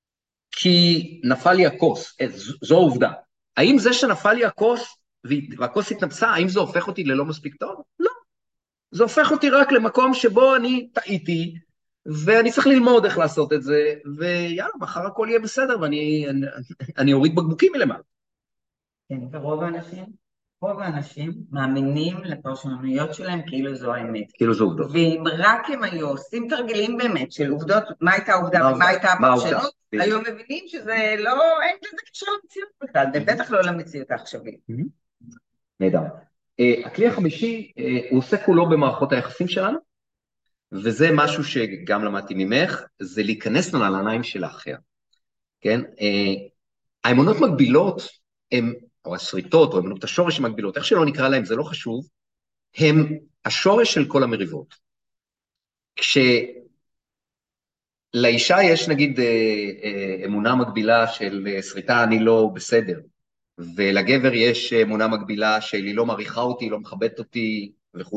כי נפל לי הכוס, זו העובדה. האם זה שנפל לי הכוס, והכוס התנפסה, האם זה הופך אותי ללא מספיק טוב? לא. זה הופך אותי רק למקום שבו אני טעיתי, ואני צריך ללמוד איך לעשות את זה, ויאללה, מחר הכל יהיה בסדר, ואני אני, אני אוריד בקבוקים מלמעלה. כן, ורוב האנשים, רוב האנשים מאמינים לפרשנויות שלהם כאילו זו האמת. כאילו זו עובדות. ואם רק הם היו עושים תרגילים באמת של עובדות, מה הייתה העובדה ומה הייתה הפרשנות, היו מבינים שזה לא, אין לזה קשר למציאות בכלל, ובטח לא למציאות העכשווית. נהדר. הכלי החמישי, הוא עושה כולו במערכות היחסים שלנו, וזה משהו שגם למדתי ממך, זה להיכנס לנעליים של האחר. כן? האמונות מגבילות, או הסריטות, או אמונות השורש המגבילות, איך שלא נקרא להם, זה לא חשוב, הם השורש של כל המריבות. כשלאישה יש נגיד אמונה מגבילה של סריטה, אני לא בסדר, ולגבר יש אמונה מגבילה של היא לא מעריכה אותי, לא מכבדת אותי וכו'.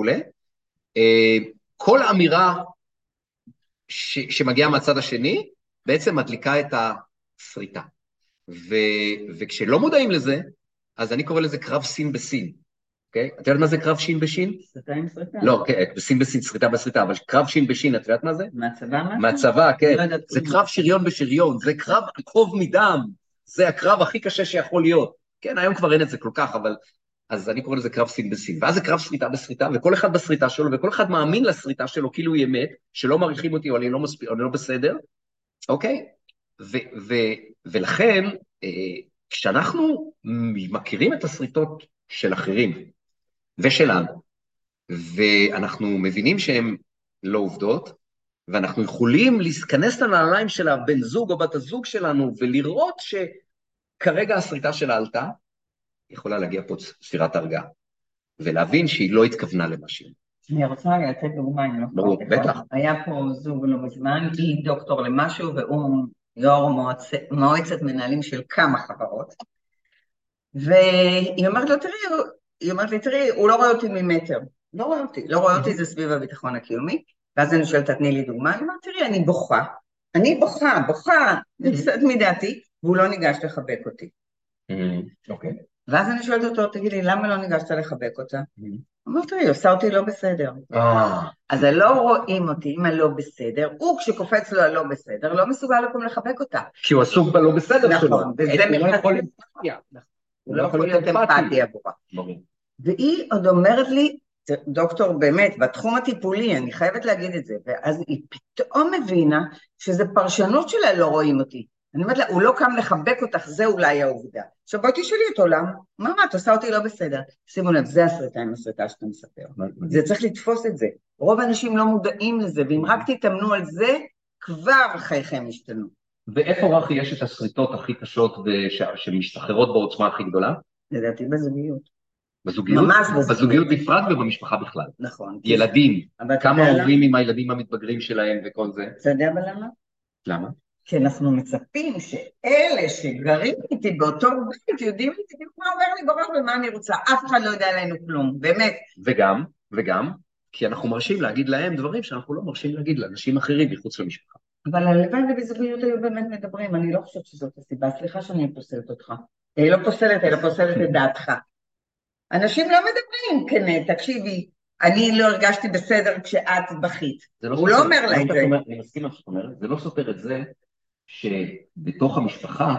כל אמירה ש, שמגיעה מהצד השני, בעצם מדליקה את הסריטה. ו, וכשלא מודעים לזה, אז אני קורא לזה קרב סין בסין. אוקיי? את יודעת מה זה קרב שין בשין? סריטה עם סריטה. לא, כן, בסין בסין, סריטה בסריטה, אבל קרב שין בשין, את יודעת מה זה? מהצבא מה? מהצבא, כן. זה קרב שריון בשריון, זה קרב עקוב מדם, זה הקרב הכי קשה שיכול להיות. כן, היום כבר אין את זה כל כך, אבל... אז אני קורא לזה קרב סין בסין, ואז זה קרב סריטה בסריטה, וכל אחד בסריטה שלו, וכל אחד מאמין לסריטה שלו, כאילו היא אמת, שלא מעריכים אותי, או אני לא, מספ... או אני לא בסדר, אוקיי? ו... ו... ולכן, אה, כשאנחנו מכירים את הסריטות של אחרים, ושלנו, ואנחנו מבינים שהן לא עובדות, ואנחנו יכולים להיכנס לנעליים של הבן זוג או בת הזוג שלנו, ולראות שכרגע הסריטה שלה עלתה, יכולה להגיע פה ספירת הרגעה, ולהבין שהיא לא התכוונה למשהו. אני רוצה לתת דוגמה, אני לא ברור, בטח. היה פה זוג לא מזמן, היא דוקטור למשהו, והוא יו"ר מועצת, מועצת מנהלים של כמה חברות, והיא אומרת לו, תראי, היא אומרת לי, תראי, הוא לא רואה אותי ממטר, לא רואה אותי, לא רואה אותי, זה סביב הביטחון הקיומי, ואז אני שואלת, תתני לי דוגמה, היא אומרת, תראי, אני בוכה, אני בוכה, בוכה, יוצאת מדעתי, והוא לא ניגש לחבק אותי. אוקיי. ואז אני שואלת אותו, תגיד לי, למה לא ניגשת לחבק אותה? אמרת לי, עושה אותי לא בסדר. אז לא רואים אותי עם הלא בסדר, הוא כשקופץ לו הלא בסדר, לא מסוגל לקום לחבק אותה. כי הוא עסוק בלא בסדר שלו. נכון, וזה מחזק. הוא לא יכול להיות אמפתי עבורה. והיא עוד אומרת לי, דוקטור באמת, בתחום הטיפולי, אני חייבת להגיד את זה, ואז היא פתאום מבינה שזה פרשנות שלה לא רואים אותי. אני אומרת לה, הוא לא קם לחבק אותך, זה אולי העובדה. עכשיו בואי תשאלי את עולם, מה, מה, את עושה אותי לא בסדר. שימו לב, זה הסרטה עם הסרטה שאתה מספר. זה צריך לתפוס את זה. רוב האנשים לא מודעים לזה, ואם רק תתאמנו על זה, כבר חייכם ישתנו. ואיפה רכי יש את הסריטות הכי קשות שמשתחררות בעוצמה הכי גדולה? לדעתי בזוגיות. בזוגיות? ממש בזוגיות. בזוגיות בפרט ובמשפחה בכלל. נכון. ילדים. כמה הורים עם הילדים המתבגרים שלהם וכל זה. אתה יודע בלמה? למה? כי אנחנו מצפים שאלה שגרים איתי באותו בית יודעים לי בדיוק מה עובר לי בראש ומה אני רוצה, אף אחד לא יודע עלינו כלום, באמת. וגם, וגם, כי אנחנו מרשים להגיד להם דברים שאנחנו לא מרשים להגיד לאנשים אחרים מחוץ למשפחה. אבל הלוואי ובזוגיות היו באמת מדברים, אני לא חושבת שזאת הסיבה, סליחה שאני פוסלת אותך. היא לא פוסלת, אלא פוסלת את דעתך. אנשים לא מדברים, כן, תקשיבי, אני לא הרגשתי בסדר כשאת בכית. הוא לא אומר לה את זה. אני מסכים מה שאת אומרת, זה לא סותר את זה, שבתוך המשפחה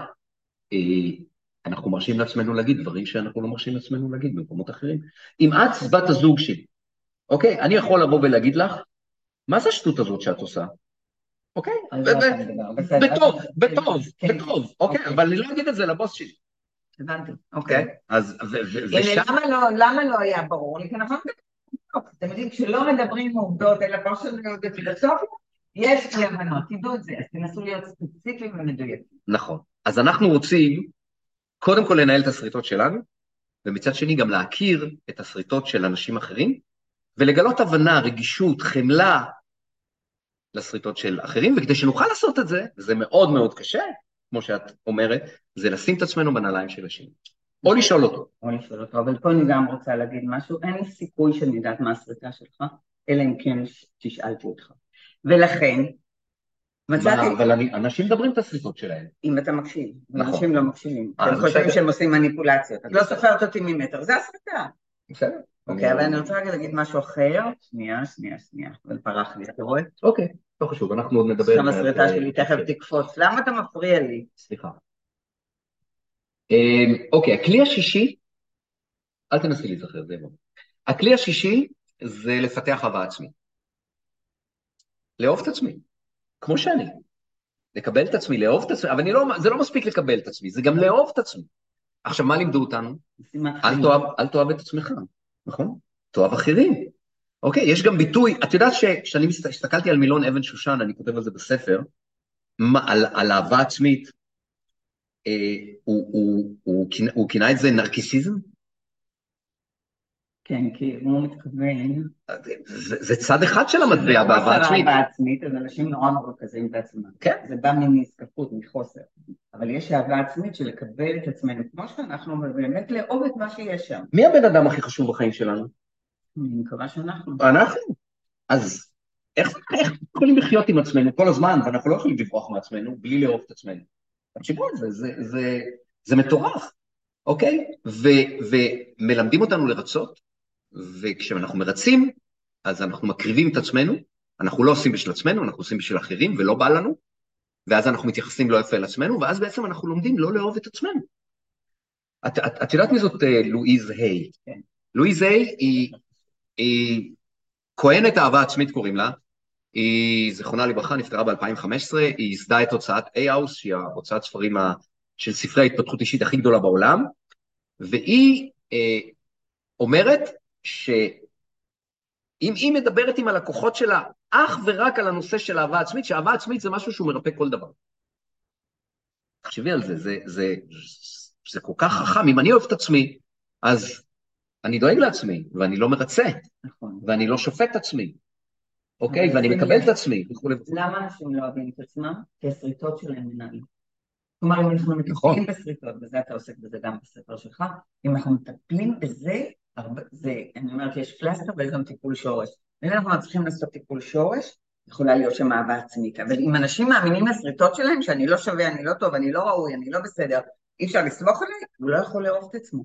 אנחנו מרשים לעצמנו להגיד דברים שאנחנו לא מרשים לעצמנו להגיד במקומות אחרים. אם את בת הזוג שלי, אוקיי? אני יכול לבוא ולהגיד לך, מה זה השטות הזאת שאת עושה? אוקיי? בטוב, בטוב, בטוב, אוקיי? אבל אני לא אגיד את זה לבוס שלי. הבנתי, אוקיי. אז, למה לא היה ברור לי? כי אנחנו מדברים, אתם יודעים, כשלא מדברים עובדות, אלא פרשנויות ופילוסופיה, יש לי הבנות, תדעו את זה, אז תנסו להיות ספציפיים ומדויקים. נכון. אז אנחנו רוצים, קודם כל לנהל את הסריטות שלנו, ומצד שני גם להכיר את הסריטות של אנשים אחרים, ולגלות הבנה, רגישות, חמלה לסריטות של אחרים, וכדי שנוכל לעשות את זה, וזה מאוד מאוד קשה, כמו שאת אומרת, זה לשים את עצמנו בנעליים של השני. או לשאול אותו. או לשאול אותו, אבל פה אני גם רוצה להגיד משהו, אין סיכוי שאני יודעת מה הסריטה שלך, אלא אם כן תשאלתי אותך. ולכן, מצאתי... אבל אנשים מדברים את הסריטות שלהם. אם אתה מקשיב, אנשים לא מקשיבים. אתם חושבים שהם עושים מניפולציות. את לא סופרת אותי ממטר, זה הסריטה. בסדר. אוקיי, אבל אני רוצה רגע להגיד משהו אחר. שנייה, שנייה, שנייה. אבל פרח לי, אתה רואה? אוקיי, לא חשוב, אנחנו עוד נדבר... שם הסריטה שלי תכף תקפוץ. למה אתה מפריע לי? סליחה. אוקיי, הכלי השישי, אל תנסי להיזכר, זה לא. הכלי השישי זה לפתח אהבה עצמית. לאהוב את עצמי, כמו שאני. לקבל את עצמי, לאהוב את עצמי, אבל לא, זה לא מספיק לקבל את עצמי, זה גם לאהוב את עצמי. עכשיו, מה לימדו אותנו? אל תאהב, אל תאהב את עצמך, נכון? תאהב אחרים. אוקיי, יש גם ביטוי, את יודעת שכשאני הסתכלתי על מילון אבן שושן, אני כותב על זה בספר, על, על אהבה עצמית, אה, הוא, הוא, הוא, הוא, הוא כינה את זה נרקיסיזם? כן, כי הוא מתכוון... זה, זה צד אחד של המטבע באהבה עצמית. אהבה עצמית, אז אנשים נורא מרוכזים בעצמם. כן. זה בא מנזקפות, מחוסר. אבל יש אהבה עצמית של לקבל את עצמנו, כמו שאנחנו באמת לאהוב את מה שיש שם. מי הבן אדם הכי חשוב בחיים שלנו? אני מקווה שאנחנו. אנחנו? אז איך, איך יכולים לחיות עם עצמנו כל הזמן, ואנחנו לא יכולים לברוח מעצמנו בלי לאהוב את עצמנו? תקשיבו על זה, זה, זה, זה מטורף, אוקיי? ו, ומלמדים אותנו לרצות, וכשאנחנו מרצים, אז אנחנו מקריבים את עצמנו, אנחנו לא עושים בשביל עצמנו, אנחנו עושים בשביל אחרים, ולא בא לנו, ואז אנחנו מתייחסים לא יפה על עצמנו, ואז בעצם אנחנו לומדים לא לאהוב את עצמנו. את, את, את יודעת מי זאת לואיז היי? כן. לואיז היי היא, היא כהנת אהבה עצמית קוראים לה, היא זכרונה לברכה, נפטרה ב-אלפיים וחמש עשרה, היא ייסדה את הוצאת איי-האוס, שהיא הוצאת ספרים של ספרי ההתפתחות אישית הכי גדולה בעולם, והיא אה, אומרת שאם היא מדברת עם הלקוחות שלה, אך ורק על הנושא של אהבה עצמית, שאהבה עצמית זה משהו שהוא מרפא כל דבר. תחשבי על זה, זה, זה, זה כל כך חכם, אם אני אוהב את עצמי, אז אני דואג לעצמי, ואני לא מרצה, נכון. ואני לא שופט את עצמי, אוקיי? ואני מקבל את עצמי. למה אנשים לא אוהבים את עצמם? כי הסריטות שלהם מנהלים. כלומר, אם אנחנו מטפלים בסריטות, וזה אתה עוסק בזה גם בספר שלך, אם אנחנו מטפלים בזה, זה, אני אומרת, יש פלסטר ויש גם טיפול שורש. ואם אנחנו צריכים לעשות טיפול שורש, יכולה להיות שם אהבה עצמית. אבל אם אנשים מאמינים לסריטות שלהם, שאני לא שווה, אני לא טוב, אני לא ראוי, אני לא בסדר, אי אפשר לסמוך עליי, הוא לא יכול לאהוב את עצמו.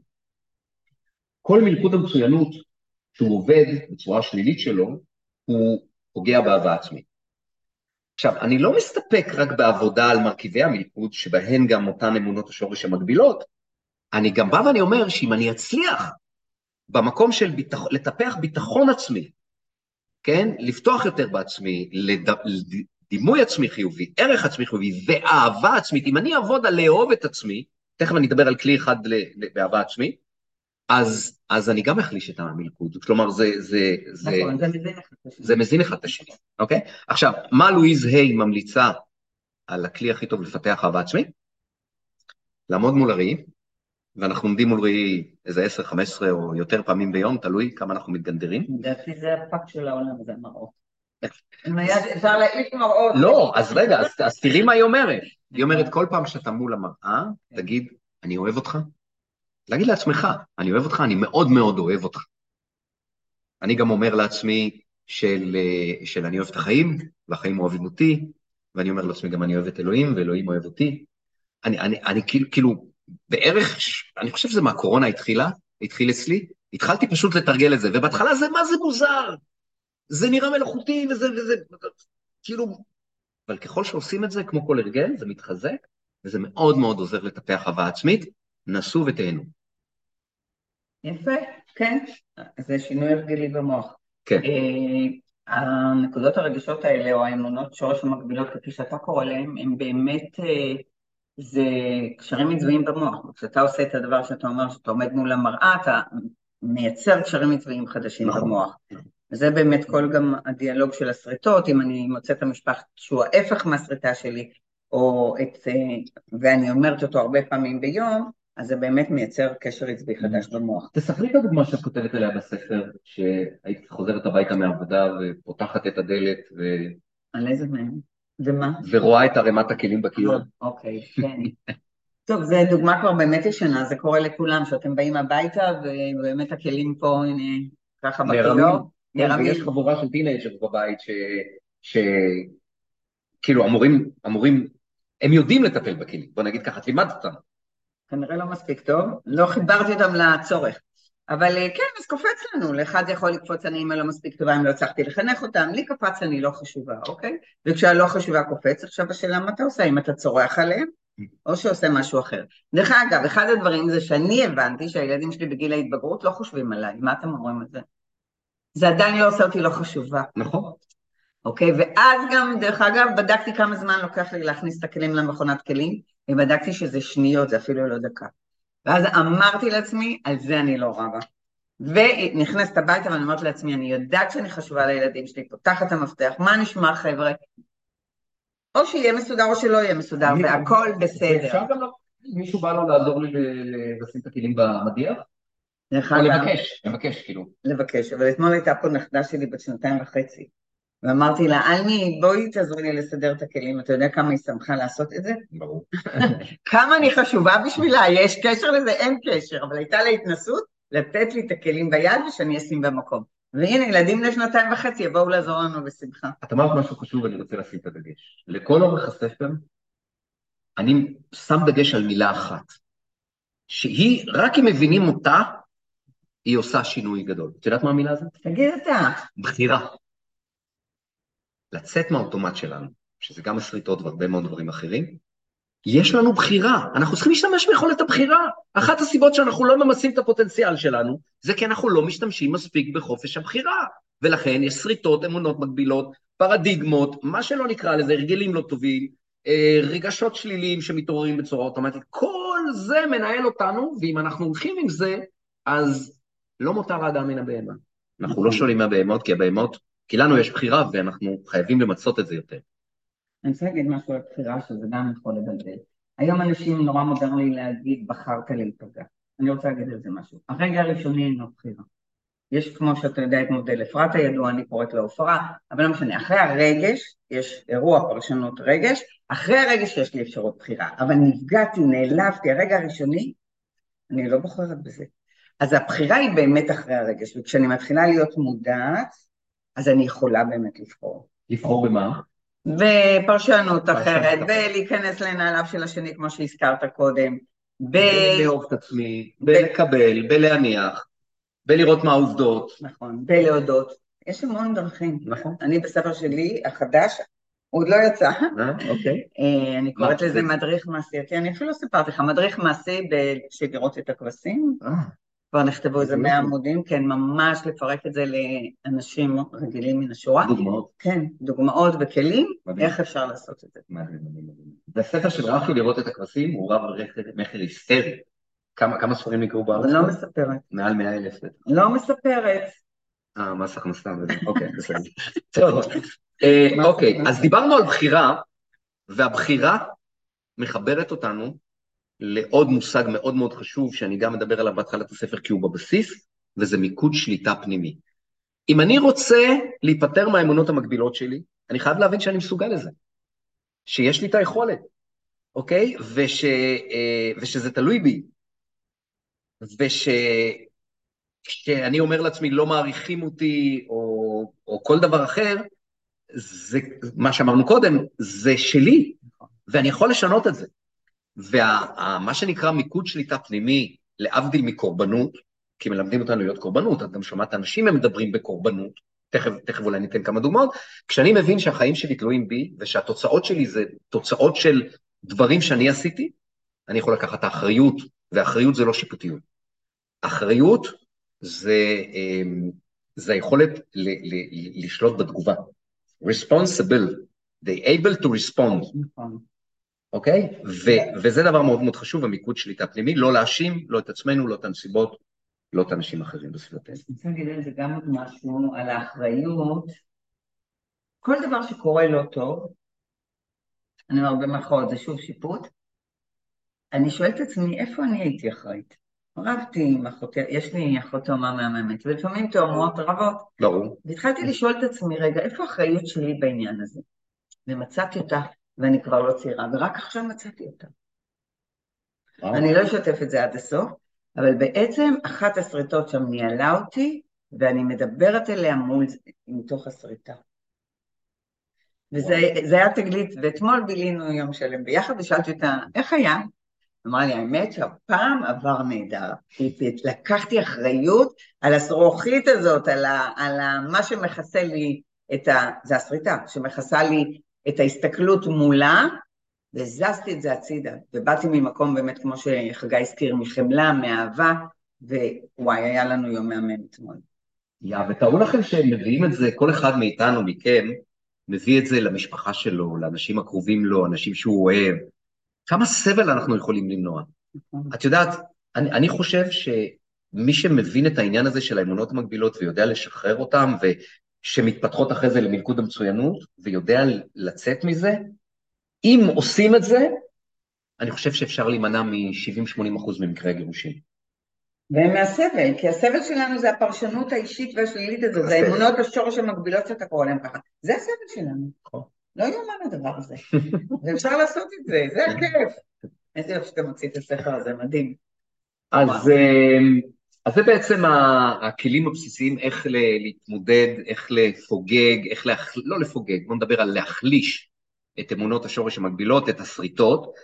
כל מלכוד המצוינות שהוא עובד בצורה שלילית שלו, הוא פוגע באהבה עצמית. עכשיו, אני לא מסתפק רק בעבודה על מרכיבי המלכוד, שבהן גם אותן אמונות השורש המקבילות, אני גם בא ואני אומר שאם אני אצליח במקום של ביטח... לטפח ביטחון עצמי, כן? לפתוח יותר בעצמי, לד... לדימוי עצמי חיובי, ערך עצמי חיובי ואהבה עצמית, אם אני אעבוד על לאהוב את עצמי, תכף אני אדבר על כלי אחד באהבה עצמית, אז, אז אני גם אחליש את המלכוד, כלומר זה, זה, זה, נכון, זה מזין אחד את השני. זה מזין אחד את השני, אוקיי? עכשיו, מה לואיז היי ממליצה על הכלי הכי טוב לפתח אהבה עצמית? לעמוד מול הראי, ואנחנו עומדים מול ראי איזה עשר, חמש עשרה או יותר פעמים ביום, תלוי כמה אנחנו מתגנדרים. לדעתי זה הפאק של העולם, זה מראות. אפשר להעיף מראות. לא, אז רגע, אז, אז תראי מה היא אומרת. היא אומרת, כל פעם שאתה מול המראה, תגיד, אני אוהב אותך. להגיד לעצמך, אני אוהב אותך, אני מאוד מאוד אוהב אותך. אני גם אומר לעצמי של, של אני אוהב את החיים, והחיים אוהבים אותי, ואני אומר לעצמי גם אני אוהב את אלוהים, ואלוהים אוהב אותי. אני, אני, אני כאילו, כאילו, בערך, אני חושב שזה מהקורונה התחילה, התחיל אצלי, התחלתי פשוט לתרגל את זה, ובהתחלה זה, מה זה מוזר? זה נראה מלאכותי, וזה, וזה, כאילו, אבל ככל שעושים את זה, כמו כל הרגל, זה מתחזק, וזה מאוד מאוד עוזר לטפח אהבה עצמית, נסו ותהנו. יפה, כן, זה שינוי הרגלי במוח. כן. הנקודות הרגישות האלה, או האמונות שורש המקבילות, כפי שאתה קורא להם, הם באמת, זה קשרים מצבעים במוח. כשאתה עושה את הדבר שאתה אומר, שאתה עומד מול המראה, אתה מייצר קשרים מצבעים חדשים במוח. וזה באמת כל גם הדיאלוג של הסריטות, אם אני מוצאת את המשפט שהוא ההפך מהסריטה שלי, או את, ואני אומרת אותו הרבה פעמים ביום, אז זה באמת מייצר קשר עצבי חדש במוח. תספרי את הדוגמה שאת כותבת עליה בספר, שהיית חוזרת הביתה מעבודה ופותחת את הדלת ו... על איזה מהם? ומה? ורואה את ערימת הכלים בכיור. אוקיי, כן. טוב, זו דוגמה כבר באמת ישנה, זה קורה לכולם, שאתם באים הביתה ובאמת הכלים פה, הנה, ככה בכיור. נרמים. ויש חבורה של טינג'ר בבית ש... כאילו אמורים, אמורים, הם יודעים לטפל בכלים, בוא נגיד ככה, תלימד אותם. כנראה לא מספיק טוב, לא חיברתי אותם לצורך. אבל כן, אז קופץ לנו, לאחד יכול לקפוץ אני אימא לא מספיק טובה, אם לא הצלחתי לחנך אותם, לי קפץ אני לא חשובה, אוקיי? וכשהלא חשובה קופץ, עכשיו השאלה מה אתה עושה, אם אתה צורח עליהם, או שעושה משהו אחר. דרך אגב, אחד הדברים זה שאני הבנתי שהילדים שלי בגיל ההתבגרות לא חושבים עליי, מה אתם אומרים על זה? זה עדיין לא עושה אותי לא חשובה. נכון. אוקיי, ואז גם, דרך אגב, בדקתי כמה זמן לוקח לי להכניס את הכלים למכונת כלים, ובדקתי שזה שניות, זה אפילו לא דקה. ואז אמרתי לעצמי, על זה אני לא רבה. ונכנסת הביתה ואני אומרת לעצמי, אני יודעת שאני חשובה לילדים שלי, פותחת המפתח, מה נשמע חבר'ה? או שיהיה מסודר או שלא יהיה מסודר, והכל בסדר. אפשר גם מישהו בא לו לעזור לי לשים את הכלים במדיח? או לבקש, לבקש כאילו. לבקש, אבל אתמול הייתה פה נכדה שלי בת שנתיים וחצי. ואמרתי לה, אלמי, בואי תעזרי לי לסדר את הכלים, אתה יודע כמה היא שמחה לעשות את זה? ברור. כמה אני חשובה בשבילה, יש קשר לזה? אין קשר, אבל הייתה לה התנסות לתת לי את הכלים ביד ושאני אשים במקום. והנה, ילדים בני שנתיים וחצי יבואו לעזור לנו בשמחה. את אמרת משהו חשוב, אני רוצה לשים את הדגש. לכל אורך הספר, אני שם דגש על מילה אחת, שהיא, רק אם מבינים אותה, היא עושה שינוי גדול. את יודעת מה המילה הזאת? תגיד אתה. בחירה. לצאת מהאוטומט שלנו, שזה גם הסריטות והרבה מאוד דברים אחרים, יש לנו בחירה, אנחנו צריכים להשתמש ביכולת הבחירה. אחת הסיבות שאנחנו לא ממסים את הפוטנציאל שלנו, זה כי אנחנו לא משתמשים מספיק בחופש הבחירה, ולכן יש סריטות, אמונות מגבילות, פרדיגמות, מה שלא נקרא לזה, הרגלים לא טובים, רגשות שליליים שמתעוררים בצורה אוטומטית, כל זה מנהל אותנו, ואם אנחנו הולכים עם זה, אז לא מותר האדם מן הבהמה. אנחנו לא שואלים מהבהמות, כי הבהמות, כי לנו יש בחירה, ואנחנו חייבים למצות את זה יותר. אני רוצה להגיד משהו על בחירה, שזה גם יכול לבלבל. היום אנשים נורא מודרני להגיד, בחרת להיפגע. אני רוצה להגיד על זה משהו. הרגע הראשוני אינו בחירה. יש, כמו שאתה יודע, את מודל אפרת הידוע, אני קוראת לו הפרעה, אבל לא משנה, אחרי הרגש, יש אירוע פרשנות רגש, אחרי הרגש יש לי אפשרות בחירה, אבל נפגעתי, נעלבתי, הרגע הראשוני, אני לא בוחרת בזה. אז הבחירה היא באמת אחרי הרגש, וכשאני מתחילה להיות מודעת, אז אני יכולה באמת לבחור. לבחור במה? בפרשנות אחרת, בלהיכנס לנעליו של השני, כמו שהזכרת קודם, בלאהוב את עצמי, בלקבל, בלהניח, בלראות מה העובדות. נכון, בלהודות. יש המון דרכים. נכון. אני בספר שלי, החדש, הוא עוד לא יצא. אה, אוקיי. אני קוראת לזה מדריך מעשייתי, אני אפילו סיפרתי לך, מדריך מעשי בשביל לראות את הכבשים. אה. כבר נכתבו איזה מאה עמודים, כן, ממש לפרק את זה לאנשים רגילים מן השורה. דוגמאות. כן, דוגמאות וכלים, איך אפשר לעשות את זה. מדהים, מדהים, מדהים. בספר של רפי לראות את הכבשים, הוא רב מחר היסטרי. כמה, כמה ספרים נקראו בארץ? לא מספרת. מעל מאה אלף. לא מספרת. אה, מס הכנסה, אוקיי, בסדר. טוב, אוקיי, אז דיברנו על בחירה, והבחירה מחברת אותנו לעוד מושג מאוד מאוד חשוב, שאני גם מדבר עליו בהתחלת הספר, כי הוא בבסיס, וזה מיקוד שליטה פנימי. אם אני רוצה להיפטר מהאמונות המקבילות שלי, אני חייב להבין שאני מסוגל לזה, שיש לי את היכולת, אוקיי? וש, ושזה תלוי בי, ושכשאני אומר לעצמי, לא מעריכים אותי, או, או כל דבר אחר, זה, מה שאמרנו קודם, זה שלי, ואני יכול לשנות את זה. ומה שנקרא מיקוד שליטה פנימי, להבדיל מקורבנות, כי מלמדים אותנו להיות קורבנות, את גם שומעת אנשים הם מדברים בקורבנות, תכף, תכף אולי ניתן כמה דוגמאות, כשאני מבין שהחיים שלי תלויים בי, ושהתוצאות שלי זה תוצאות של דברים שאני עשיתי, אני יכול לקחת את האחריות, ואחריות זה לא שיפוטיות. אחריות זה, זה היכולת ל, ל, לשלוט בתגובה. Responsible, they able to respond. נכון. אוקיי? ו- וזה דבר מאוד מאוד חשוב, המיקוד שליטה פנימי, לא להאשים, לא את עצמנו, לא את הנסיבות, לא את אנשים אחרים בסביבתנו. אני רוצה להגיד על זה גם עוד משהו, על האחריות. כל דבר שקורה לא טוב, אני אומר במרכאות, זה שוב שיפוט, אני שואלת את עצמי, איפה אני הייתי אחראית? רבתי עם אחותי, יש לי אחות תאומה מהממת, ולפעמים תאומות רבות. ברור. והתחלתי לשאול את עצמי, רגע, איפה האחריות שלי בעניין הזה? ומצאתי אותה, ואני כבר לא צעירה, ורק עכשיו מצאתי אותה. וואו. אני לא אשתף את זה עד הסוף, אבל בעצם אחת הסריטות שם ניהלה אותי, ואני מדברת אליה מול, מתוך הסריטה. וזה היה תגלית, ואתמול בילינו יום שלם ביחד, ושאלתי אותה, איך היה? אמרה לי, האמת שהפעם עבר נהדר. לקחתי אחריות על הסרוכית הזאת, על, ה, על ה, מה שמכסה לי את ה... זה הסריטה, שמכסה לי את ההסתכלות מולה, והזזתי את זה הצידה, ובאתי ממקום באמת, כמו שחגי הזכיר, מחמלה, מאהבה, ווואי, היה לנו יום מהמם אתמול. יא, ותראו לכם שהם מביאים את זה, כל אחד מאיתנו, מכם, מביא את זה למשפחה שלו, לאנשים הקרובים לו, אנשים שהוא אוהב. כמה סבל אנחנו יכולים למנוע? את יודעת, אני, אני חושב שמי שמבין את העניין הזה של האמונות המקבילות, ויודע לשחרר אותם, ושמתפתחות אחרי זה למלכוד המצוינות, ויודע לצאת מזה, אם עושים את זה, אני חושב שאפשר להימנע מ-שבעים שמונים אחוז ממקרי הגירושים. ומהסבל, כי הסבל שלנו זה הפרשנות האישית והשלילית הזאת, זה האמונות השורש המקבילות שאתה קורא להם ככה. זה הסבל שלנו. לא יאומן הדבר הזה. ואפשר לעשות את זה, זה הכיף. איזה יופי שאתה מוציא את הספר הזה, מדהים. אז, אז זה בעצם הכלים הבסיסיים, איך להתמודד, איך לפוגג, איך להח... לא לפוגג, בוא נדבר על להחליש את אמונות השורש המקבילות, את הסריטות,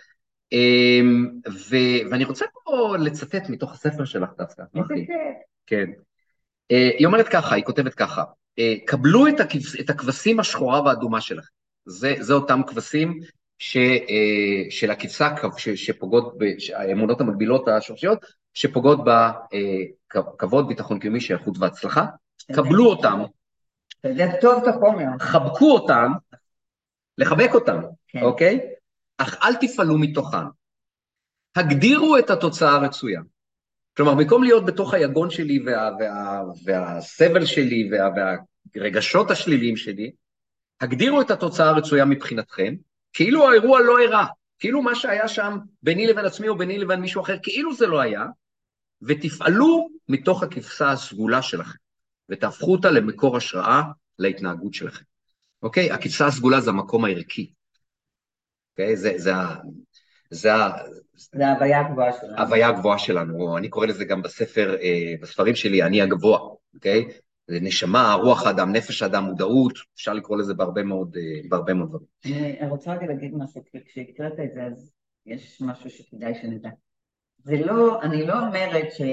ו... ואני רוצה פה לצטט מתוך הספר שלך דווקא. כן. היא אומרת ככה, היא כותבת ככה, קבלו את, הכבש... את הכבשים השחורה והאדומה שלכם. זה, זה אותם כבשים ש... של הכבשה ש... שפוגעות, האמונות המקבילות השורשיות, שפוגעות בכבוד, ביטחון קיומי, שייכות והצלחה. קבלו אותם. זה טוב את החומר. חבקו אותם, לחבק אותם, אוקיי? אך אל תפעלו מתוכן. הגדירו את התוצאה הרצויה. כלומר, במקום להיות בתוך היגון שלי וה, וה, והסבל שלי וה, והרגשות השליליים שלי, הגדירו את התוצאה הרצויה מבחינתכם, כאילו האירוע לא אירע, כאילו מה שהיה שם ביני לבין עצמי או ביני לבין מישהו אחר, כאילו זה לא היה, ותפעלו מתוך הכבשה הסגולה שלכם, ותהפכו אותה למקור השראה להתנהגות שלכם. אוקיי? הכבשה הסגולה זה המקום הערכי. אוקיי? זה, זה, זה, זה ההוויה הגבוהה שלנו. ההוויה הגבוהה שלנו, או אני קורא לזה גם בספר, בספרים שלי, אני הגבוה, אוקיי? זה נשמה, רוח האדם, נפש האדם, מודעות, אפשר לקרוא לזה בהרבה מאוד, בהרבה מאוד דברים. אני רוצה רק להגיד משהו, כשהקראת את זה, אז יש משהו שכדאי שנדע. זה לא, אני לא אומרת ש...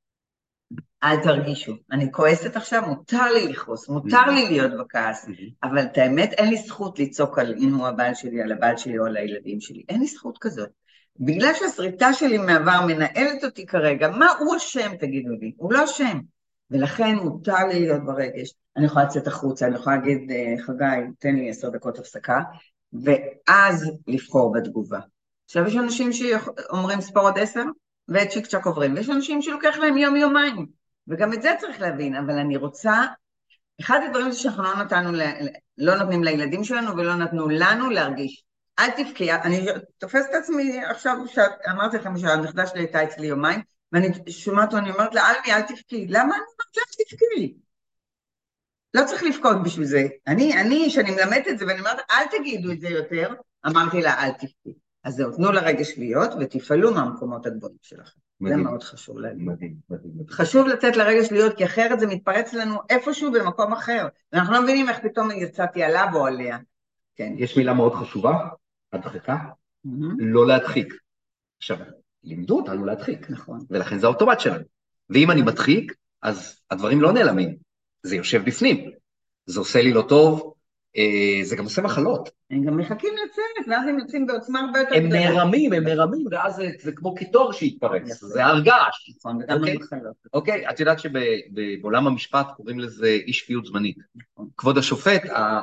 אל תרגישו, אני כועסת עכשיו, מותר לי לכעוס, מותר לי להיות בכעס, אבל את האמת, אין לי זכות לצעוק על אם הוא הבעל שלי, על הבעל שלי או על הילדים שלי, אין לי זכות כזאת. בגלל שהשריטה שלי מעבר מנהלת אותי כרגע, מה הוא אשם, תגידו לי? הוא לא אשם. ולכן מותר לי להיות ברגש, אני יכולה לצאת החוצה, אני יכולה להגיד, חגי, תן לי עשר דקות הפסקה, ואז לבחור בתגובה. עכשיו יש אנשים שאומרים ספור עוד עשר, וצ'יק צ'ק עוברים, ויש אנשים שלוקח להם יום יומיים, וגם את זה צריך להבין, אבל אני רוצה, אחד הדברים שאנחנו לא נתנו, לא נותנים לילדים שלנו, ולא נתנו לנו להרגיש, אל תבכי, אני תופסת את עצמי עכשיו, שאמרתי לכם שהנכדה שלי הייתה אצלי יומיים, ואני שומעת, אני אומרת לה, אלמי, אל תבכי, למה אני אומרת לה, תבכי? לא צריך לבכות בשביל זה, אני, אני, שאני מלמדת את זה, ואני אומרת, אל תגידו את זה יותר, אמרתי לה, אל תבכי. אז זהו, תנו לרגש להיות, ותפעלו מהמקומות הגבוהים שלכם. מדהים. זה מאוד חשוב להגיד. מדהים, מדהים, מדהים. חשוב לתת לרגש להיות, כי אחרת זה מתפרץ לנו איפשהו במקום אחר. ואנחנו לא מבינים איך פתאום יצאתי עליו או עליה. כן. יש מילה מאוד חשובה, הדחיקה, mm-hmm. לא להדחיק. עכשיו, לימדו אותנו להדחיק. נכון. ולכן זה האוטומט שלנו. ואם אני מדחיק, אז הדברים לא נעלמים. זה יושב בפנים. זה עושה לי לא טוב, זה גם עושה מחלות. הם גם מחכים לצאת, ואז הם יוצאים בעוצמה הרבה יותר... הם נערמים, הם נערמים, ואז זה, זה כמו קיטור שהתפרץ, זה הרגש. נכון, וגם המחלות. אוקיי, את יודעת שבעולם המשפט קוראים לזה אי שפיות זמנית. כבוד השופט,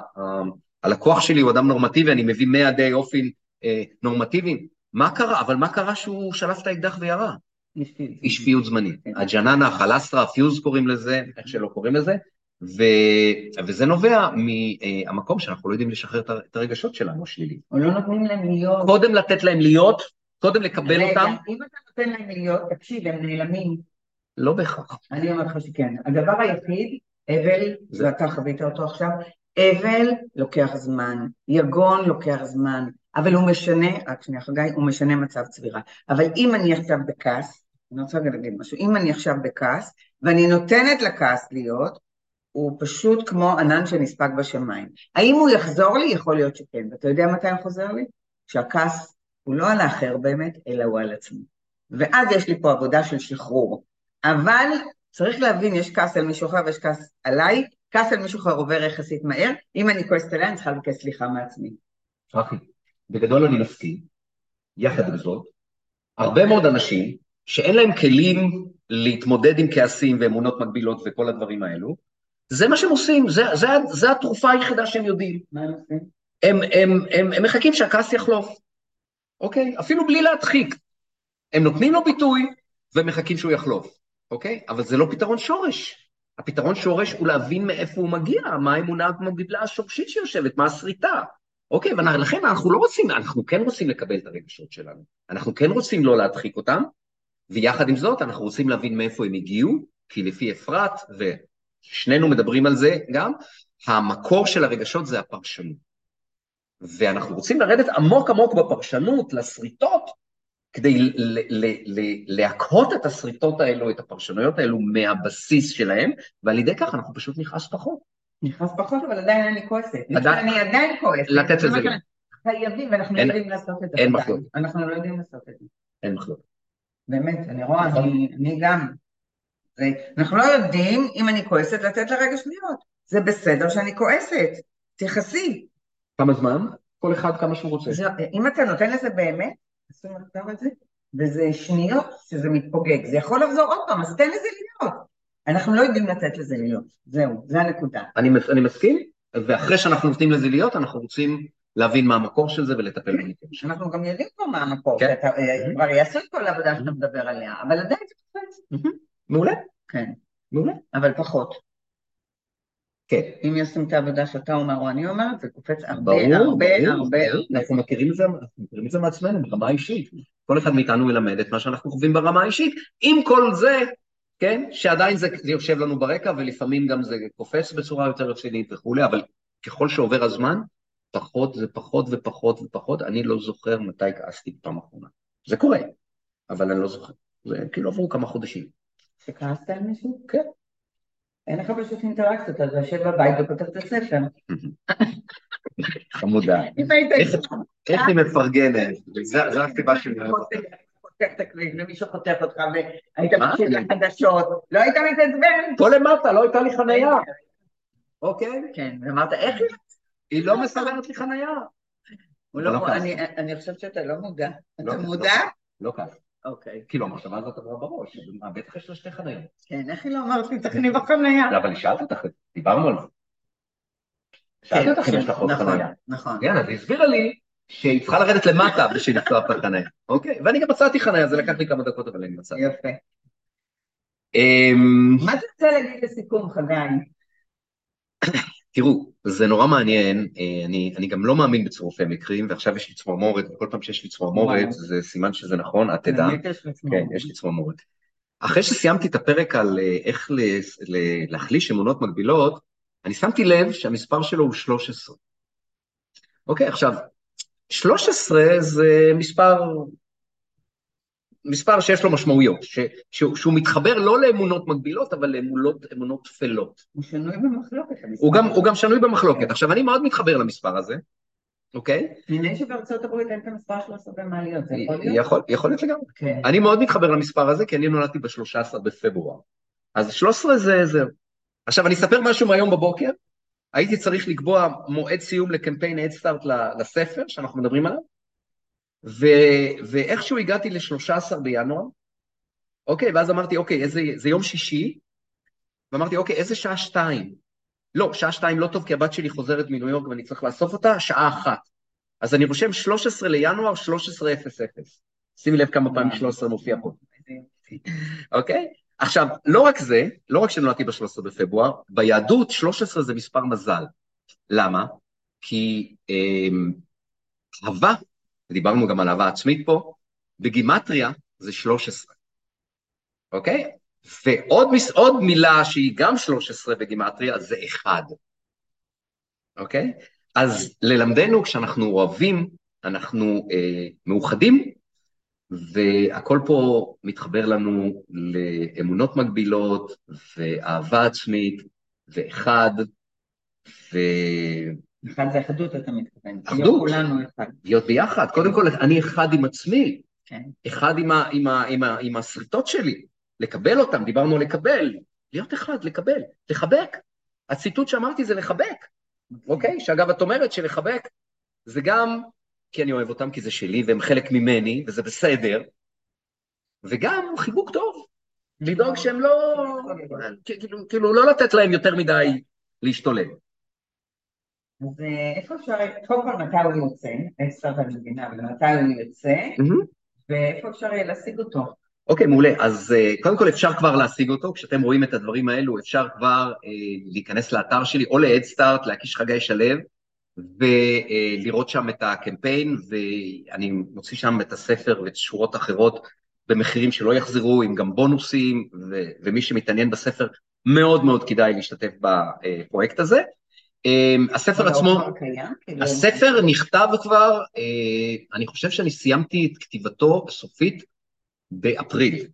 הלקוח שלי הוא אדם נורמטיבי, אני מביא מאה די אופן נורמטיביים. מה קרה? אבל מה קרה שהוא שלף את האקדח וירה? אי שפיות זמנית. הג'ננה, החלסטרה, הפיוז קוראים לזה, איך שלא קוראים לזה. ו... וזה נובע מהמקום שאנחנו לא יודעים לשחרר את הרגשות שלנו השליליים. או לא נותנים להם להיות. קודם לתת להם להיות, קודם לקבל רגע, אותם. אם אתה נותן להם להיות, תקשיב, הם נעלמים. לא בהכרח. אני אומר לך שכן. הדבר היחיד, אבל, זה... ואתה חווית אותו עכשיו, אבל לוקח זמן, יגון לוקח זמן, אבל הוא משנה, רק שנייה חגי, הוא משנה מצב צבירה. אבל אם אני עכשיו בכעס, אני רוצה להגיד משהו, אם אני עכשיו בכעס, ואני נותנת לכעס להיות, הוא פשוט כמו ענן שנספק בשמיים. האם הוא יחזור לי? יכול להיות שכן. ואתה יודע מתי הוא חוזר לי? שהכעס הוא לא על האחר באמת, אלא הוא על עצמי. ואז יש לי פה עבודה של שחרור. אבל צריך להבין, יש כעס על מישהו אחר ויש כעס עליי, כעס על מישהו אחר עובר יחסית מהר, אם אני כועסת עליה, אני צריכה לבקש סליחה מעצמי. אחי, בגדול אני מסכים, יחד עם זאת, הרבה מאוד אנשים שאין להם כלים להתמודד עם כעסים ואמונות מגבילות וכל הדברים האלו, זה מה שהם עושים, זה, זה, זה התרופה היחידה שהם יודעים. מה הם עושים? הם, הם, הם, הם מחכים שהכעס יחלוף, אוקיי? אפילו בלי להדחיק. הם נותנים לו ביטוי ומחכים שהוא יחלוף, אוקיי? אבל זה לא פתרון שורש. הפתרון שורש הוא להבין מאיפה הוא מגיע, מה האמונה המגבילה השורשית שיושבת, מה הסריטה. אוקיי, ולכן אנחנו לא רוצים, אנחנו כן רוצים לקבל את הרגשות שלנו. אנחנו כן רוצים לא להדחיק אותם, ויחד עם זאת אנחנו רוצים להבין מאיפה הם הגיעו, כי לפי אפרת ו... שנינו מדברים על זה גם, המקור של הרגשות זה הפרשנות. ואנחנו רוצים לרדת עמוק עמוק בפרשנות, לסריטות, כדי להקהות את הסריטות האלו, את הפרשנויות האלו מהבסיס שלהם, ועל ידי כך אנחנו פשוט נכנס פחות. נכנס פחות, אבל עדיין אני כועסת. אני עדיין כועסת. לתת לזה גם. חייבים, ואנחנו לא יודעים לעשות את זה. אין מחלוקת. אנחנו לא יודעים לעשות את זה. אין מחלוקת. באמת, אני רואה, אני גם... אנחנו לא יודעים, אם אני כועסת, לתת לרגש להיות. זה בסדר שאני כועסת, תחסי. כמה זמן? כל אחד כמה שהוא רוצה. זה, אם אתה נותן לזה באמת, עשו מחקר את זה, וזה שניות שזה מתפוגג, זה יכול לחזור עוד פעם, אז תן לזה להיות. אנחנו לא יודעים לתת לזה להיות, זהו, זה הנקודה. אני, אני מסכים, ואחרי שאנחנו נותנים לזה להיות, אנחנו רוצים להבין מה המקור של זה ולטפל במקור של זה. אנחנו גם יודעים פה מה המקור, כן. כבר יעשו את כל העבודה שאתה מדבר עליה, אבל עדיין זה קופץ. מעולה. כן. מעולה. אבל פחות. כן. אם יעשו את העבודה שאתה אומר או אני אומרת, זה קופץ הרבה, ברור, הרבה, ברור, הרבה. אנחנו מכירים את זה, אנחנו מכירים את זה מעצמנו, ברמה האישית. כל אחד מאיתנו מלמד את מה שאנחנו חווים ברמה האישית. עם כל זה, כן, שעדיין זה, זה יושב לנו ברקע, ולפעמים גם זה קופץ בצורה יותר רצינית וכולי, אבל ככל שעובר הזמן, פחות ופחות ופחות ופחות, אני לא זוכר מתי כעסתי פעם אחרונה. זה קורה, אבל אני לא זוכר. זה כאילו עברו כמה חודשים. שכעסת על מישהו? כן. אין לך פשוט אינטראקציות, אז יושב בבית וכותב את הספר. חמודה. איך היא מפרגנת? זו הסיבה שלי. חותך תקליט, ומישהו חותך אותך, והיית מקשיב לחדשות, לא היית מתעצבן. פה למטה, לא הייתה לי חנייה. אוקיי? כן, ואמרת, איך היא? היא לא מסדרת לי חנייה. אני חושבת שאתה לא מודע. אתה לא, מודע? לא כך. אוקיי. כי לא אמרת, מה זאת עברה בראש? בטח יש לה שתי חניות. כן, איך היא לא אמרת לי, תכני בחניה? לא, אבל היא שאלת אותך, דיברנו על זה. שאלתי אותך אם יש לך עוד חניה. נכון. כן, אז היא הסבירה לי שהיא צריכה לרדת למטה בשביל לפתוח את החניה. אוקיי? ואני גם מצאתי חניה, זה לקח לי כמה דקות, אבל אני מצאתי. יפה. מה אתה רוצה להגיד לסיכום, חגי? תראו, זה נורא מעניין, אני, אני גם לא מאמין בצירופי מקרים, ועכשיו יש לי צמרמורת, וכל פעם שיש לי צמרמורת, זה סימן שזה נכון, את תדע. כן, יש לי צמרמורת. אחרי שסיימתי את הפרק על איך להחליש אמונות מגבילות, אני שמתי לב שהמספר שלו הוא שלוש עשרה. אוקיי, עכשיו, שלוש עשרה זה מספר, מספר שיש לו משמעויות, ש, שהוא, שהוא מתחבר לא לאמונות מגבילות, אבל לאמונות אמונות תפלות. הוא שנוי במחלוקת. הוא גם, הוא גם שנוי במחלוקת. עכשיו, אני מאוד מתחבר למספר הזה, אוקיי? נראה שבארצות הברית אין את המספר שלוש עשרה במעליות, זה יכול להיות? יכול, יכול להיות לגמרי. כן. אני מאוד מתחבר למספר הזה, כי אני נולדתי ב-שלושה עשר בפברואר. אז שלוש עשרה זה, זה... עכשיו, אני אספר משהו מהיום בבוקר, הייתי צריך לקבוע מועד סיום לקמפיין הדסטארט לספר שאנחנו מדברים עליו, ו... ואיכשהו הגעתי ל-שלושה עשר בינואר, אוקיי, ואז אמרתי, אוקיי, איזה... זה יום שישי, ואמרתי, אוקיי, איזה שעה שתיים? לא, שעה שתיים לא טוב, כי הבת שלי חוזרת מניו יורק ואני צריך לאסוף אותה, שעה אחת. אז אני רושם שלושה עשר לינואר, שלוש עשרה אפס אפס. שימי לב כמה פעמים שלוש עשרה מופיע פה. אוקיי? עכשיו, לא רק זה, לא רק שנולדתי ב-שלושה עשר בפברואר, ביהדות שלוש עשרה זה מספר מזל. למה? כי אה, אהבה, דיברנו גם על אהבה עצמית פה, בגימטריה זה שלוש עשרה. אוקיי? ועוד עוד מילה שהיא גם שלוש עשרה בגימטריה זה אחד. אוקיי? אז ללמדנו כשאנחנו אוהבים, אנחנו אה, מאוחדים, והכל פה מתחבר לנו לאמונות מגבילות, ואהבה עצמית, ואחד, ו... אחד זה אחדות, אתה מתכוון. אחדות. כולנו אחד. להיות ביחד. קודם כל, אני אחד עם עצמי. כן. אחד עם, ה, עם, ה, עם, ה, עם הסריטות שלי. לקבל אותם, דיברנו על לקבל. להיות אחד, לקבל, לחבק. הציטוט שאמרתי זה לחבק. אוקיי? שאגב, את אומרת שלחבק זה גם כי אני אוהב אותם, כי זה שלי, והם חלק ממני, וזה בסדר. וגם חיבוק טוב. לדאוג שהם לא... כאילו, כאילו, לא לתת להם יותר מדי להשתולל. אז איפה אפשר... קודם כל, מתי הוא יוצא? אקסטרט על מדינה, אבל מתי הוא יוצא? ואיפה אפשר להשיג אותו? אוקיי, מעולה. אז קודם כל אפשר כבר להשיג אותו. כשאתם רואים את הדברים האלו, אפשר כבר להיכנס לאתר שלי, או ל-Headstart, להקיש חגי שלו, ולראות שם את הקמפיין, ואני מוציא שם את הספר ואת שורות אחרות במחירים שלא יחזרו, עם גם בונוסים, ומי שמתעניין בספר, מאוד מאוד כדאי להשתתף בפרויקט הזה. הספר עצמו, הספר נכתב כבר, אני חושב שאני סיימתי את כתיבתו בסופית באפריל,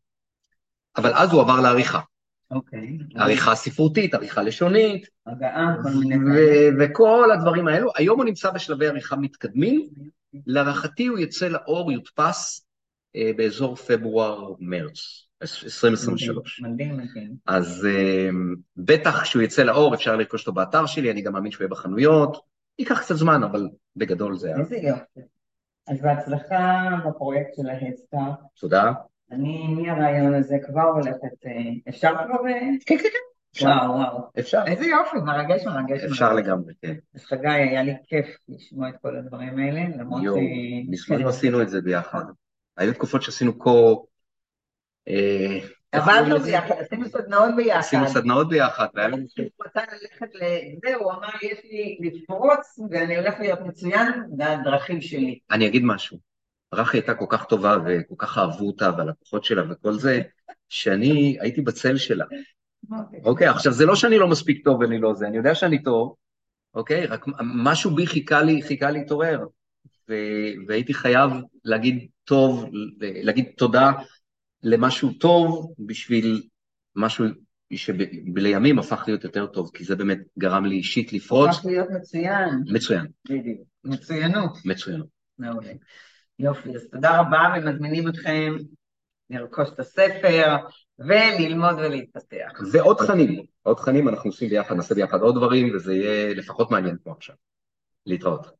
אבל אז הוא עבר לעריכה. אוקיי. עריכה ספרותית, עריכה לשונית, הגעה, כל מיני וכל הדברים האלו. היום הוא נמצא בשלבי עריכה מתקדמים, להערכתי הוא יצא לאור, יודפס באזור פברואר-מרץ. עשרים עשרים ושלוש. מדהים, מדהים. אז בטח כשהוא יצא לאור, אפשר לרכוש אותו באתר שלי, אני גם מאמין שהוא יהיה בחנויות, ייקח קצת זמן, אבל בגדול זה... איזה יופי. אז בהצלחה בפרויקט של ההדסטארט. תודה. אני מהרעיון הזה כבר הולכת... אפשר כבר... כן, כן, כן. וואו, וואו. אפשר. איזה יופי, מרגש, מרגש. אפשר לגמרי, כן. אז חגי, היה לי כיף לשמוע את כל הדברים האלה, למרות ש... יואו, מזמן לא עשינו את זה ביחד. היו תקופות שעשינו כה... עבדנו ביחד, עשינו סדנאות ביחד. עשינו סדנאות ביחד. הוא רצה ללכת לזה, הוא אמר לי, יש לי לפרוץ, ואני הולך להיות מצוין, זה הדרכים שלי. אני אגיד משהו. רחי הייתה כל כך טובה, וכל כך אהבו אותה, והלקוחות שלה וכל זה, שאני הייתי בצל שלה. אוקיי, עכשיו זה לא שאני לא מספיק טוב ואני לא זה, אני יודע שאני טוב, אוקיי, רק משהו בי חיכה לי, חיכה להתעורר, והייתי חייב להגיד טוב, להגיד תודה למשהו טוב, בשביל משהו שבימים הפך להיות יותר טוב, כי זה באמת גרם לי אישית לפרוץ. הפך להיות מצוין. מצוין. בדיוק. מצוינות. מצוינות. מעולה. יופי, אז תודה רבה, ומזמינים אתכם לרכוש את הספר, וללמוד ולהתפתח. ועוד תכנים, עוד תכנים אנחנו עושים ביחד, נעשה ביחד עוד דברים, וזה יהיה לפחות מעניין פה עכשיו. להתראות.